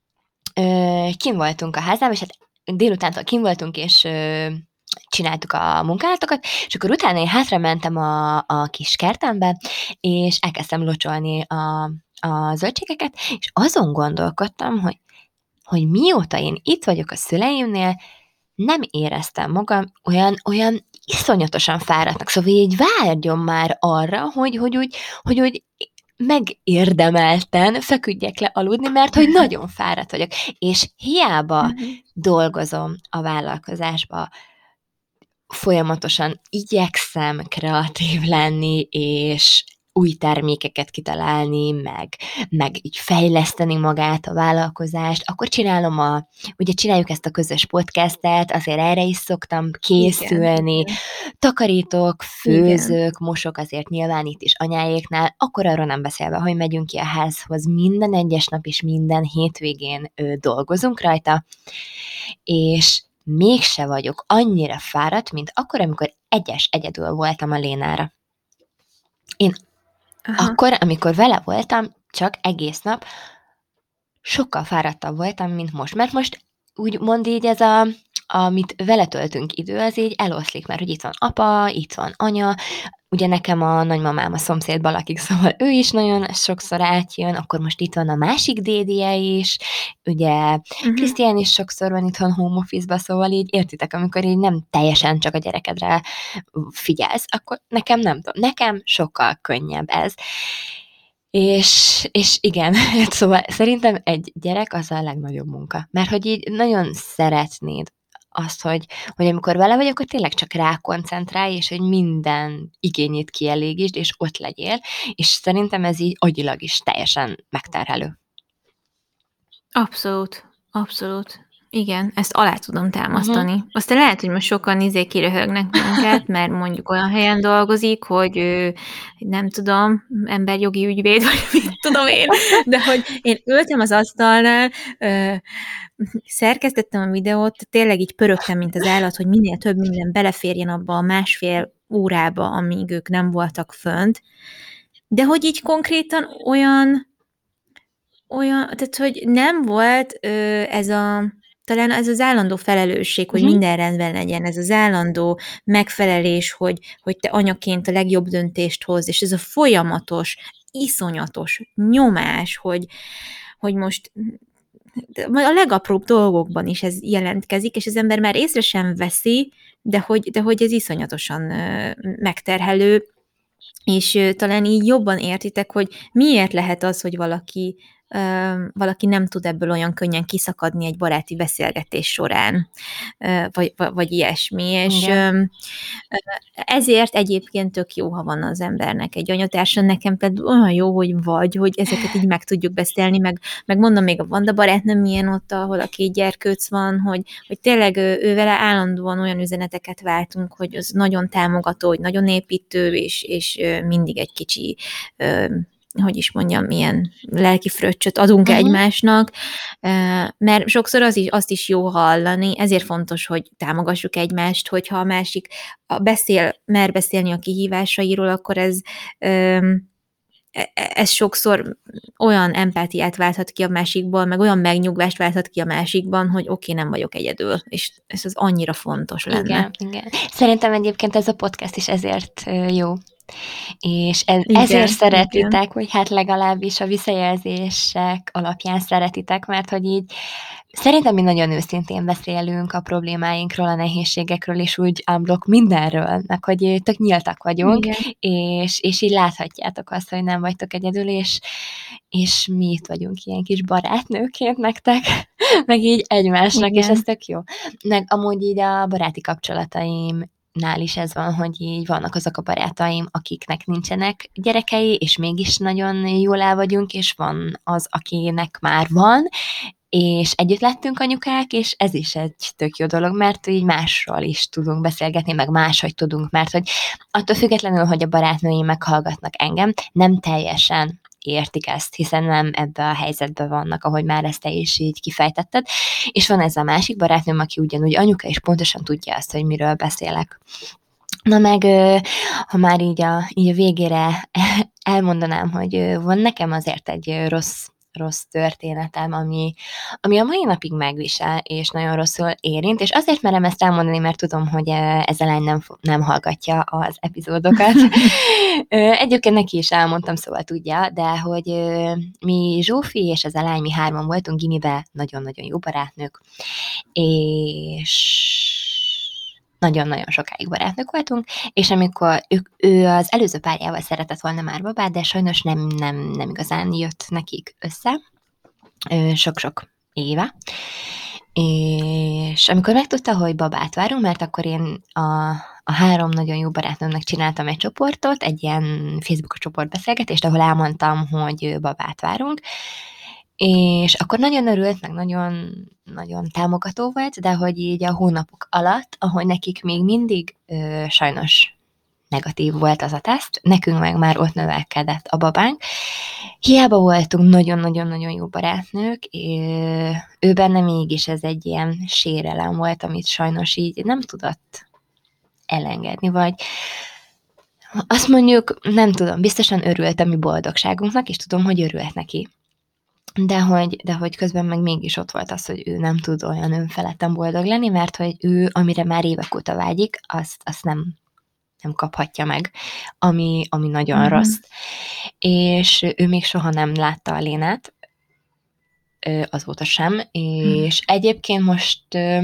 kint voltunk a házában, és hát délutántól kint voltunk, és csináltuk a munkálatokat, és akkor utána én hátra mentem a kis kertembe, és elkezdtem locsolni a zöldségeket, és azon gondolkodtam, hogy mióta én itt vagyok a szüleimnél, nem éreztem magam olyan iszonyatosan fáradtnak. Szóval így vágyom már arra, hogy úgy megérdemelten feküdjek le aludni, mert hogy nagyon fáradt vagyok. És hiába dolgozom a vállalkozásba, folyamatosan igyekszem kreatív lenni, és új termékeket kitalálni, meg így fejleszteni magát, a vállalkozást, akkor ugye csináljuk ezt a közös podcastet, azért erre is szoktam készülni, Igen. takarítok, Igen. főzök, mosok azért nyilván itt is anyáéknál, akkor arról nem beszélve, hogy megyünk ki a házhoz minden egyes nap és minden hétvégén dolgozunk rajta, és mégse vagyok annyira fáradt, mint akkor, amikor egyedül voltam a Lénára. Én akkor, amikor vele voltam, csak egész nap sokkal fáradtabb voltam, mint most. Mert most úgymond így amit vele töltünk idő, az így eloszlik, mert hogy itt van apa, itt van anya, ugye nekem a nagymamám a szomszédban lakik, szóval ő is nagyon sokszor átjön, akkor most itt van a másik dédie is, ugye Krisztián is sokszor van itthon home office-ba, szóval így értitek, amikor így nem teljesen csak a gyerekedre figyelsz, akkor nekem sokkal könnyebb ez. És igen, szóval szerintem egy gyerek az a legnagyobb munka, mert hogy így nagyon szeretnéd azt, hogy amikor vele vagy, akkor tényleg csak rákoncentrálj, és hogy minden igényét kielégítsd, és ott legyél, és szerintem ez így agyilag is teljesen megterhelő. Abszolút. Igen, ezt alá tudom támasztani. Aztán lehet, hogy most sokan kiröhögnek minket, mert mondjuk olyan helyen dolgozik, hogy nem tudom, emberjogi ügyvéd, vagy mit tudom én, de hogy én ültem az asztalnál, szerkesztettem a videót, tényleg így pörögtem, mint az állat, hogy minél több minden beleférjen abba a 1,5 órába, amíg ők nem voltak fönt, de hogy így konkrétan olyan, tehát hogy nem volt talán ez az állandó felelősség, hogy minden rendben legyen, ez az állandó megfelelés, hogy te anyaként a legjobb döntést hozz, és ez a folyamatos, iszonyatos nyomás, hogy most a legapróbb dolgokban is ez jelentkezik, és az ember már észre sem veszi, de hogy ez iszonyatosan megterhelő, és talán így jobban értitek, hogy miért lehet az, hogy valaki nem tud ebből olyan könnyen kiszakadni egy baráti beszélgetés során, vagy ilyesmi, és ezért egyébként tök jó, ha van az embernek egy anyatársa, nekem például olyan jó, hogy ezeket így meg tudjuk beszélni, meg mondom, még a Vanda barátnőm milyen ott, ahol a 2 gyerkőc van, hogy tényleg ő vele állandóan olyan üzeneteket váltunk, hogy az nagyon támogató, hogy nagyon építő, és mindig egy kicsi hogy is mondjam, milyen lelki fröccsöt adunk egymásnak, mert sokszor azt is jó hallani, ezért fontos, hogy támogassuk egymást, hogyha a másik mer beszélni a kihívásairól, akkor ez sokszor olyan empátiát válthat ki a másikból, meg olyan megnyugvást válthat ki a másikban, hogy oké, nem vagyok egyedül, és ez az annyira fontos lenne. Igen. Szerintem egyébként ez a podcast is ezért jó. És ezért szeretitek, hogy hát legalábbis a visszajelzések alapján szeretitek, mert hogy így szerintem mi nagyon őszintén beszélünk a problémáinkról, a nehézségekről, és úgy unblock mindenről, meg hogy tök nyíltak vagyunk, és így láthatjátok azt, hogy nem vagytok egyedül, és mi itt vagyunk ilyen kis barátnőként nektek, meg így egymásnak, és ez tök jó. Meg amúgy így a baráti kapcsolataim nál is ez van, hogy így vannak azok a barátaim, akiknek nincsenek gyerekei, és mégis nagyon jól el vagyunk, és van az, akinek már van, és együtt lettünk anyukák, és ez is egy tök jó dolog, mert így másról is tudunk beszélgetni, meg máshogy tudunk, mert hogy attól függetlenül, hogy a barátnőim meghallgatnak engem, nem teljesen értik ezt, hiszen nem ebbe a helyzetbe vannak, ahogy már ezt te is így kifejtetted, és van ez a másik barátnőm, aki ugyanúgy anyuka, és pontosan tudja azt, hogy miről beszélek. Na meg, ha már így a végére elmondanám, hogy van nekem azért egy rossz történetem, ami a mai napig megvisel, és nagyon rosszul érint, és azért merem ezt elmondani, mert tudom, hogy ez a lány nem hallgatja az epizódokat. Egyébként neki is elmondtam, szóval tudja, de hogy mi Zsófi és az a lány, mi 3 voltunk gimibe, nagyon-nagyon jó barátnők, és nagyon-nagyon sokáig barátnők voltunk, és amikor ő az előző párjával szeretett volna már babát, de sajnos nem igazán jött nekik össze, sok-sok éve, és amikor megtudta, hogy babát várunk, mert akkor én a 3 nagyon jó barátnőmnek csináltam egy csoportot, egy ilyen Facebook csoportbeszélgetést, ahol elmondtam, hogy babát várunk, és akkor nagyon örült, meg nagyon, nagyon támogató volt, de hogy így a hónapok alatt, ahogy nekik még mindig sajnos negatív volt az a teszt, nekünk meg már ott növelkedett a babánk. Hiába voltunk nagyon-nagyon-nagyon jó barátnők, ő benne mégis ez egy ilyen sérelem volt, amit sajnos így nem tudott elengedni, vagy azt mondjuk, nem tudom, biztosan örült a mi boldogságunknak, és tudom, hogy örült neki. De hogy közben meg mégis ott volt az, hogy ő nem tud olyan önfeledten boldog lenni, mert hogy ő, amire már évek óta vágyik, azt nem kaphatja meg, ami nagyon rossz. És ő még soha nem látta a Lénát, azóta sem, és egyébként most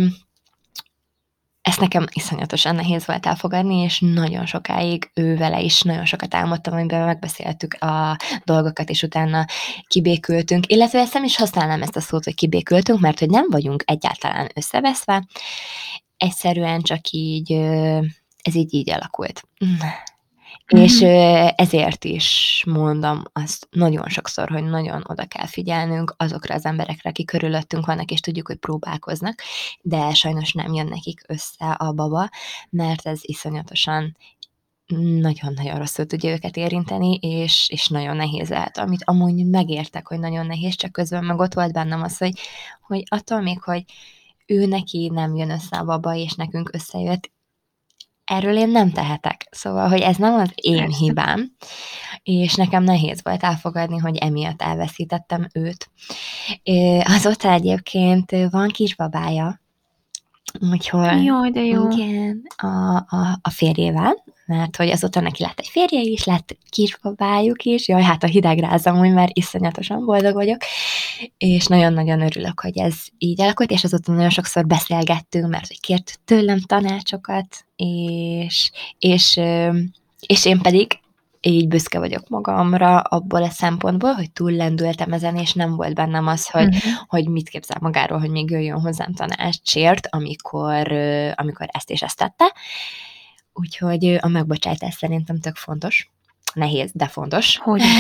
ezt nekem iszonyatosan nehéz volt elfogadni, és nagyon sokáig ő vele is nagyon sokat álmodtam, amiben megbeszéltük a dolgokat, és utána kibékültünk, illetve ezt nem is használnám ezt a szót, hogy kibékültünk, mert hogy nem vagyunk egyáltalán összeveszve, egyszerűen csak így, ez így alakult. És ezért is mondom azt nagyon sokszor, hogy nagyon oda kell figyelnünk azokra az emberekre, akik körülöttünk vannak, és tudjuk, hogy próbálkoznak, de sajnos nem jön nekik össze a baba, mert ez iszonyatosan nagyon-nagyon rosszul tudja őket érinteni, és nagyon nehéz lehet, amit amúgy megértek, hogy nagyon nehéz, csak közben meg ott volt bennem az, hogy attól még, hogy ő neki nem jön össze a baba, és nekünk összejött, erről én nem tehetek. Szóval, hogy ez nem az én hibám, és nekem nehéz volt elfogadni, hogy emiatt elveszítettem őt. Azóta egyébként van kisbabája, úgyhogy Jaj, de jó. igen, a férjével, mert hogy azóta neki lett egy férje is, lett kisbabájuk is, jaj, hát a hidegrázam, hogy már iszonyatosan boldog vagyok, és nagyon-nagyon örülök, hogy ez így alakult, és azóta nagyon sokszor beszélgettünk, mert hogy kért tőlem tanácsokat, és én pedig így büszke vagyok magamra abból a szempontból, hogy túllendültem ezen, és nem volt bennem az, hogy mit képzel magáról, hogy még jöjjön hozzám tanácsért, amikor ezt és ezt tette. Úgyhogy a megbocsájtás szerintem tök fontos. Nehéz, de fontos.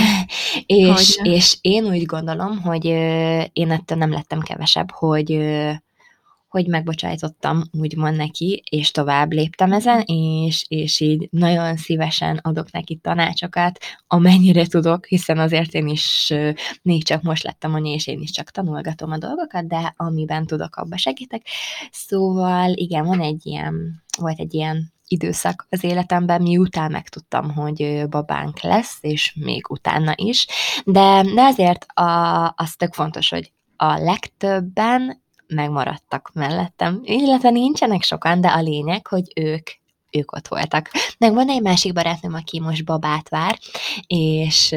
És én úgy gondolom, hogy én ettől nem lettem kevesebb, hogy megbocsájtottam úgymond neki, és tovább léptem ezen, és így nagyon szívesen adok neki tanácsokat, amennyire tudok, hiszen azért én is még csak most lettem anya, és én is csak tanulgatom a dolgokat, de amiben tudok, abba segítek. Szóval igen, volt egy ilyen időszak az életemben, miután megtudtam, hogy babánk lesz, és még utána is, de azért az tök fontos, hogy a legtöbben megmaradtak mellettem, illetve nincsenek sokan, de a lényeg, hogy ők ott voltak. Meg van egy másik barátnőm, aki most babát vár, és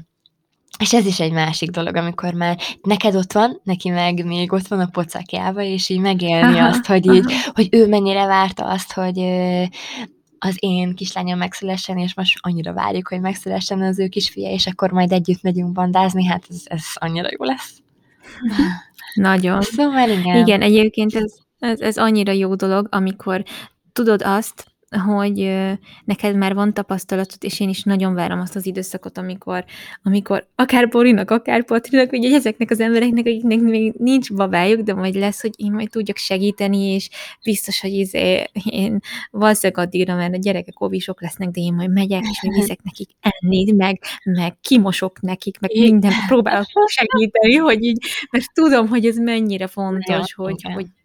ez is egy másik dolog, amikor már neked ott van, neki meg még ott van a pocakjába, és így megélni azt, hogy ő mennyire várta azt, hogy az én kislányom megszülessen, és most annyira várjuk, hogy megszülessen az ő kisfia, és akkor majd együtt megyünk bandázni, hát ez annyira jó lesz. Nagyon. Szóval igen. Igen, egyébként ez annyira jó dolog, amikor tudod azt, hogy neked már van tapasztalatod, és én is nagyon várom azt az időszakot, amikor akár Borinak, akár Patrinak, ugye ezeknek az embereknek, akiknek még nincs babájuk, de majd lesz, hogy én majd tudjak segíteni, és biztos, hogy én valószínűleg addigra, mert a gyerekek óvisok lesznek, de én majd megyek, és még viszek nekik enni, meg kimosok nekik, meg minden próbálok segíteni, hogy így, mert tudom, hogy ez mennyire fontos, hogy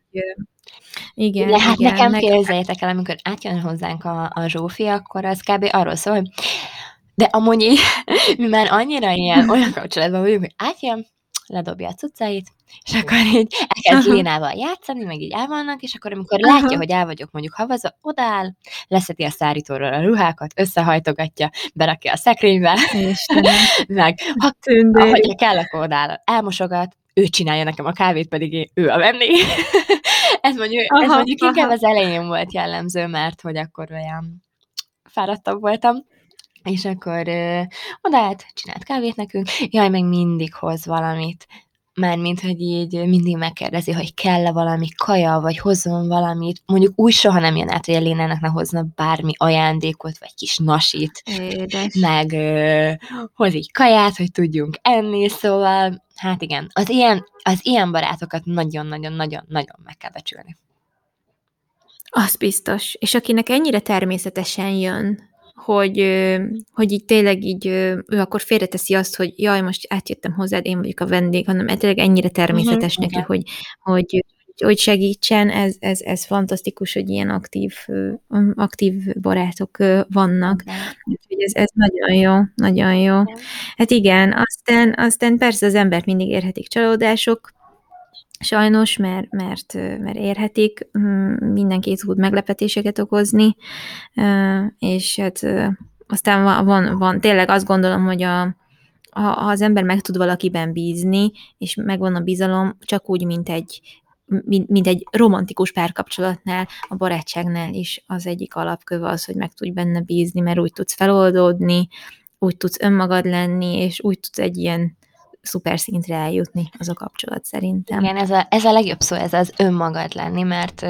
igen, de hát igen, nekem képzeljétek el, amikor átjön hozzánk a Zsófi, akkor az kb. Arról szól, hogy de amúgy így, mi már annyira olyan kapcsolatban vagyunk, hogy átjön, ledobja a cuccait, és akkor így elkezd Lénával játszani, meg így el vannak, és akkor amikor látja, hogy el vagyok mondjuk havazva, odaáll, leszedi a szárítóról a ruhákat, összehajtogatja, berakja a szekrénybe, meg ahogy kell, akkor odaáll, elmosogat, ő csinálja nekem a kávét, pedig ő a vendég. Ez mondjuk inkább az elején volt jellemző, mert hogy akkor olyan fáradtabb voltam, és akkor odaállt, csinált kávét nekünk, jaj, meg mindig hoz valamit. mármint, hogy így mindig megkérdezi, hogy kell-e valami kaja, vagy hozzon valamit. Mondjuk úgy soha nem jön át, hogy a Lénának ne hozna bármi ajándékot, vagy kis nasit, Édes. meg hoz így kaját, hogy tudjunk enni, szóval hát igen, az ilyen barátokat nagyon-nagyon-nagyon-nagyon meg kell becsülni. Az biztos. És akinek ennyire természetesen jön, hogy így tényleg így ő akkor félreteszi azt, hogy jaj, most átjöttem hozzád, én vagyok a vendég, hanem tényleg ennyire természetes neki, Igen. hogy segítsen, ez fantasztikus, hogy ilyen aktív barátok vannak. Úgyhogy ez nagyon jó, nagyon jó. Hát igen, aztán persze az embert mindig érhetik csalódások, sajnos, mert érhetik, mindenki tud meglepetéseket okozni, és hát aztán van tényleg azt gondolom, hogy ha az ember meg tud valakiben bízni, és megvan a bizalom, csak úgy, mint egy romantikus párkapcsolatnál, a barátságnál is az egyik alapköve az, hogy meg tudj benne bízni, mert úgy tudsz feloldódni, úgy tudsz önmagad lenni, és úgy tudsz egy ilyen szuper szintre eljutni az a kapcsolat szerintem. Igen, ez a legjobb szó, ez az önmagad lenni, mert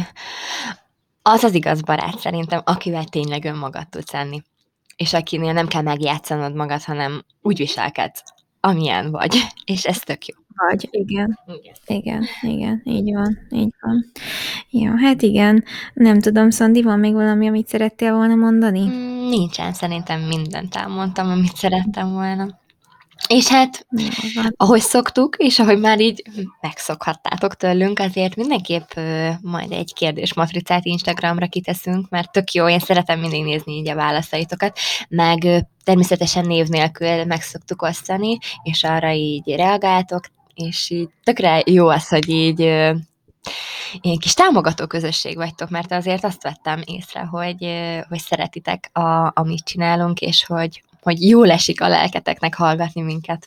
az az igaz barát szerintem, akivel tényleg önmagad tudsz lenni. És akinél nem kell megjátszanod magad, hanem úgy viselkedsz, amilyen vagy. És ez tök jó. Vagy, igen. Igen, így van. Jó, hát igen. Nem tudom, Szandi, van még valami, amit szerettél volna mondani? Nincsen, szerintem mindent elmondtam, amit szerettem volna. És hát, ahogy szoktuk, és ahogy már így megszokhattátok tőlünk, azért mindenképp majd egy kérdésmatricát Instagramra kiteszünk, mert tök jó, én szeretem mindig nézni így a válaszaitokat, meg természetesen név nélkül meg szoktuk osztani, és arra így reagáltok, és így tökre jó az, hogy így ilyen kis támogató közösség vagytok, mert azért azt vettem észre, hogy szeretitek, amit csinálunk, és hogy jól esik a lelketeknek hallgatni minket.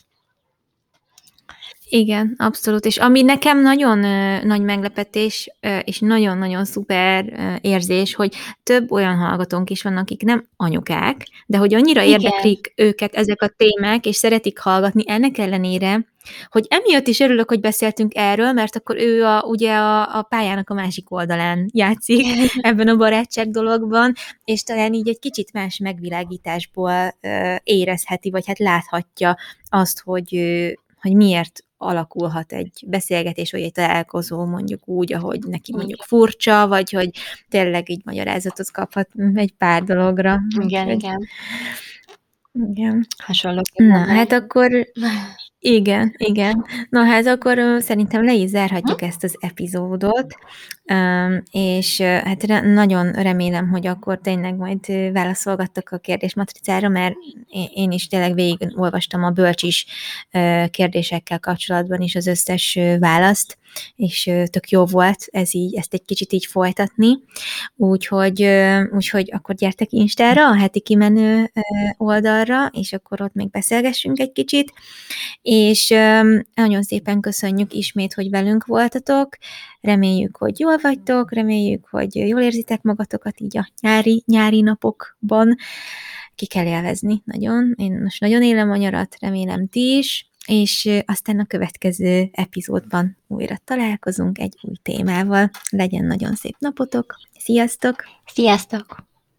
Igen, abszolút. És ami nekem nagyon nagy meglepetés, és nagyon-nagyon szuper érzés, hogy több olyan hallgatónk is van, akik nem anyukák, de hogy annyira érdeklik őket ezek a témák, és szeretik hallgatni ennek ellenére, hogy emiatt is örülök, hogy beszéltünk erről, mert akkor ő ugye a pályának a másik oldalán játszik ebben a barátság dologban, és talán így egy kicsit más megvilágításból érezheti, vagy hát láthatja azt, hogy miért alakulhat egy beszélgetés, vagy egy találkozó mondjuk úgy, ahogy neki mondjuk furcsa, vagy hogy tényleg így magyarázatot kaphat egy pár dologra. Igen. Hasonló. Na, hát akkor igen. Na, hát akkor szerintem le is zárhatjuk ezt az epizódot, és hát nagyon remélem, hogy akkor tényleg majd válaszolgattak a kérdésmatricára, mert én is tényleg végig olvastam a bölcsis kérdésekkel kapcsolatban is az összes választ, és tök jó volt ezt egy kicsit így folytatni, úgyhogy akkor gyertek Instára, a heti kimenő oldalra, és akkor ott még beszélgessünk egy kicsit, és nagyon szépen köszönjük ismét, hogy velünk voltatok, reméljük, hogy jól vagytok, reméljük, hogy jól érzitek magatokat így a nyári napokban, ki kell élvezni nagyon, én most nagyon élem a nyarat, remélem ti is, és aztán a következő epizódban újra találkozunk egy új témával. Legyen nagyon szép napotok, sziasztok! Sziasztok!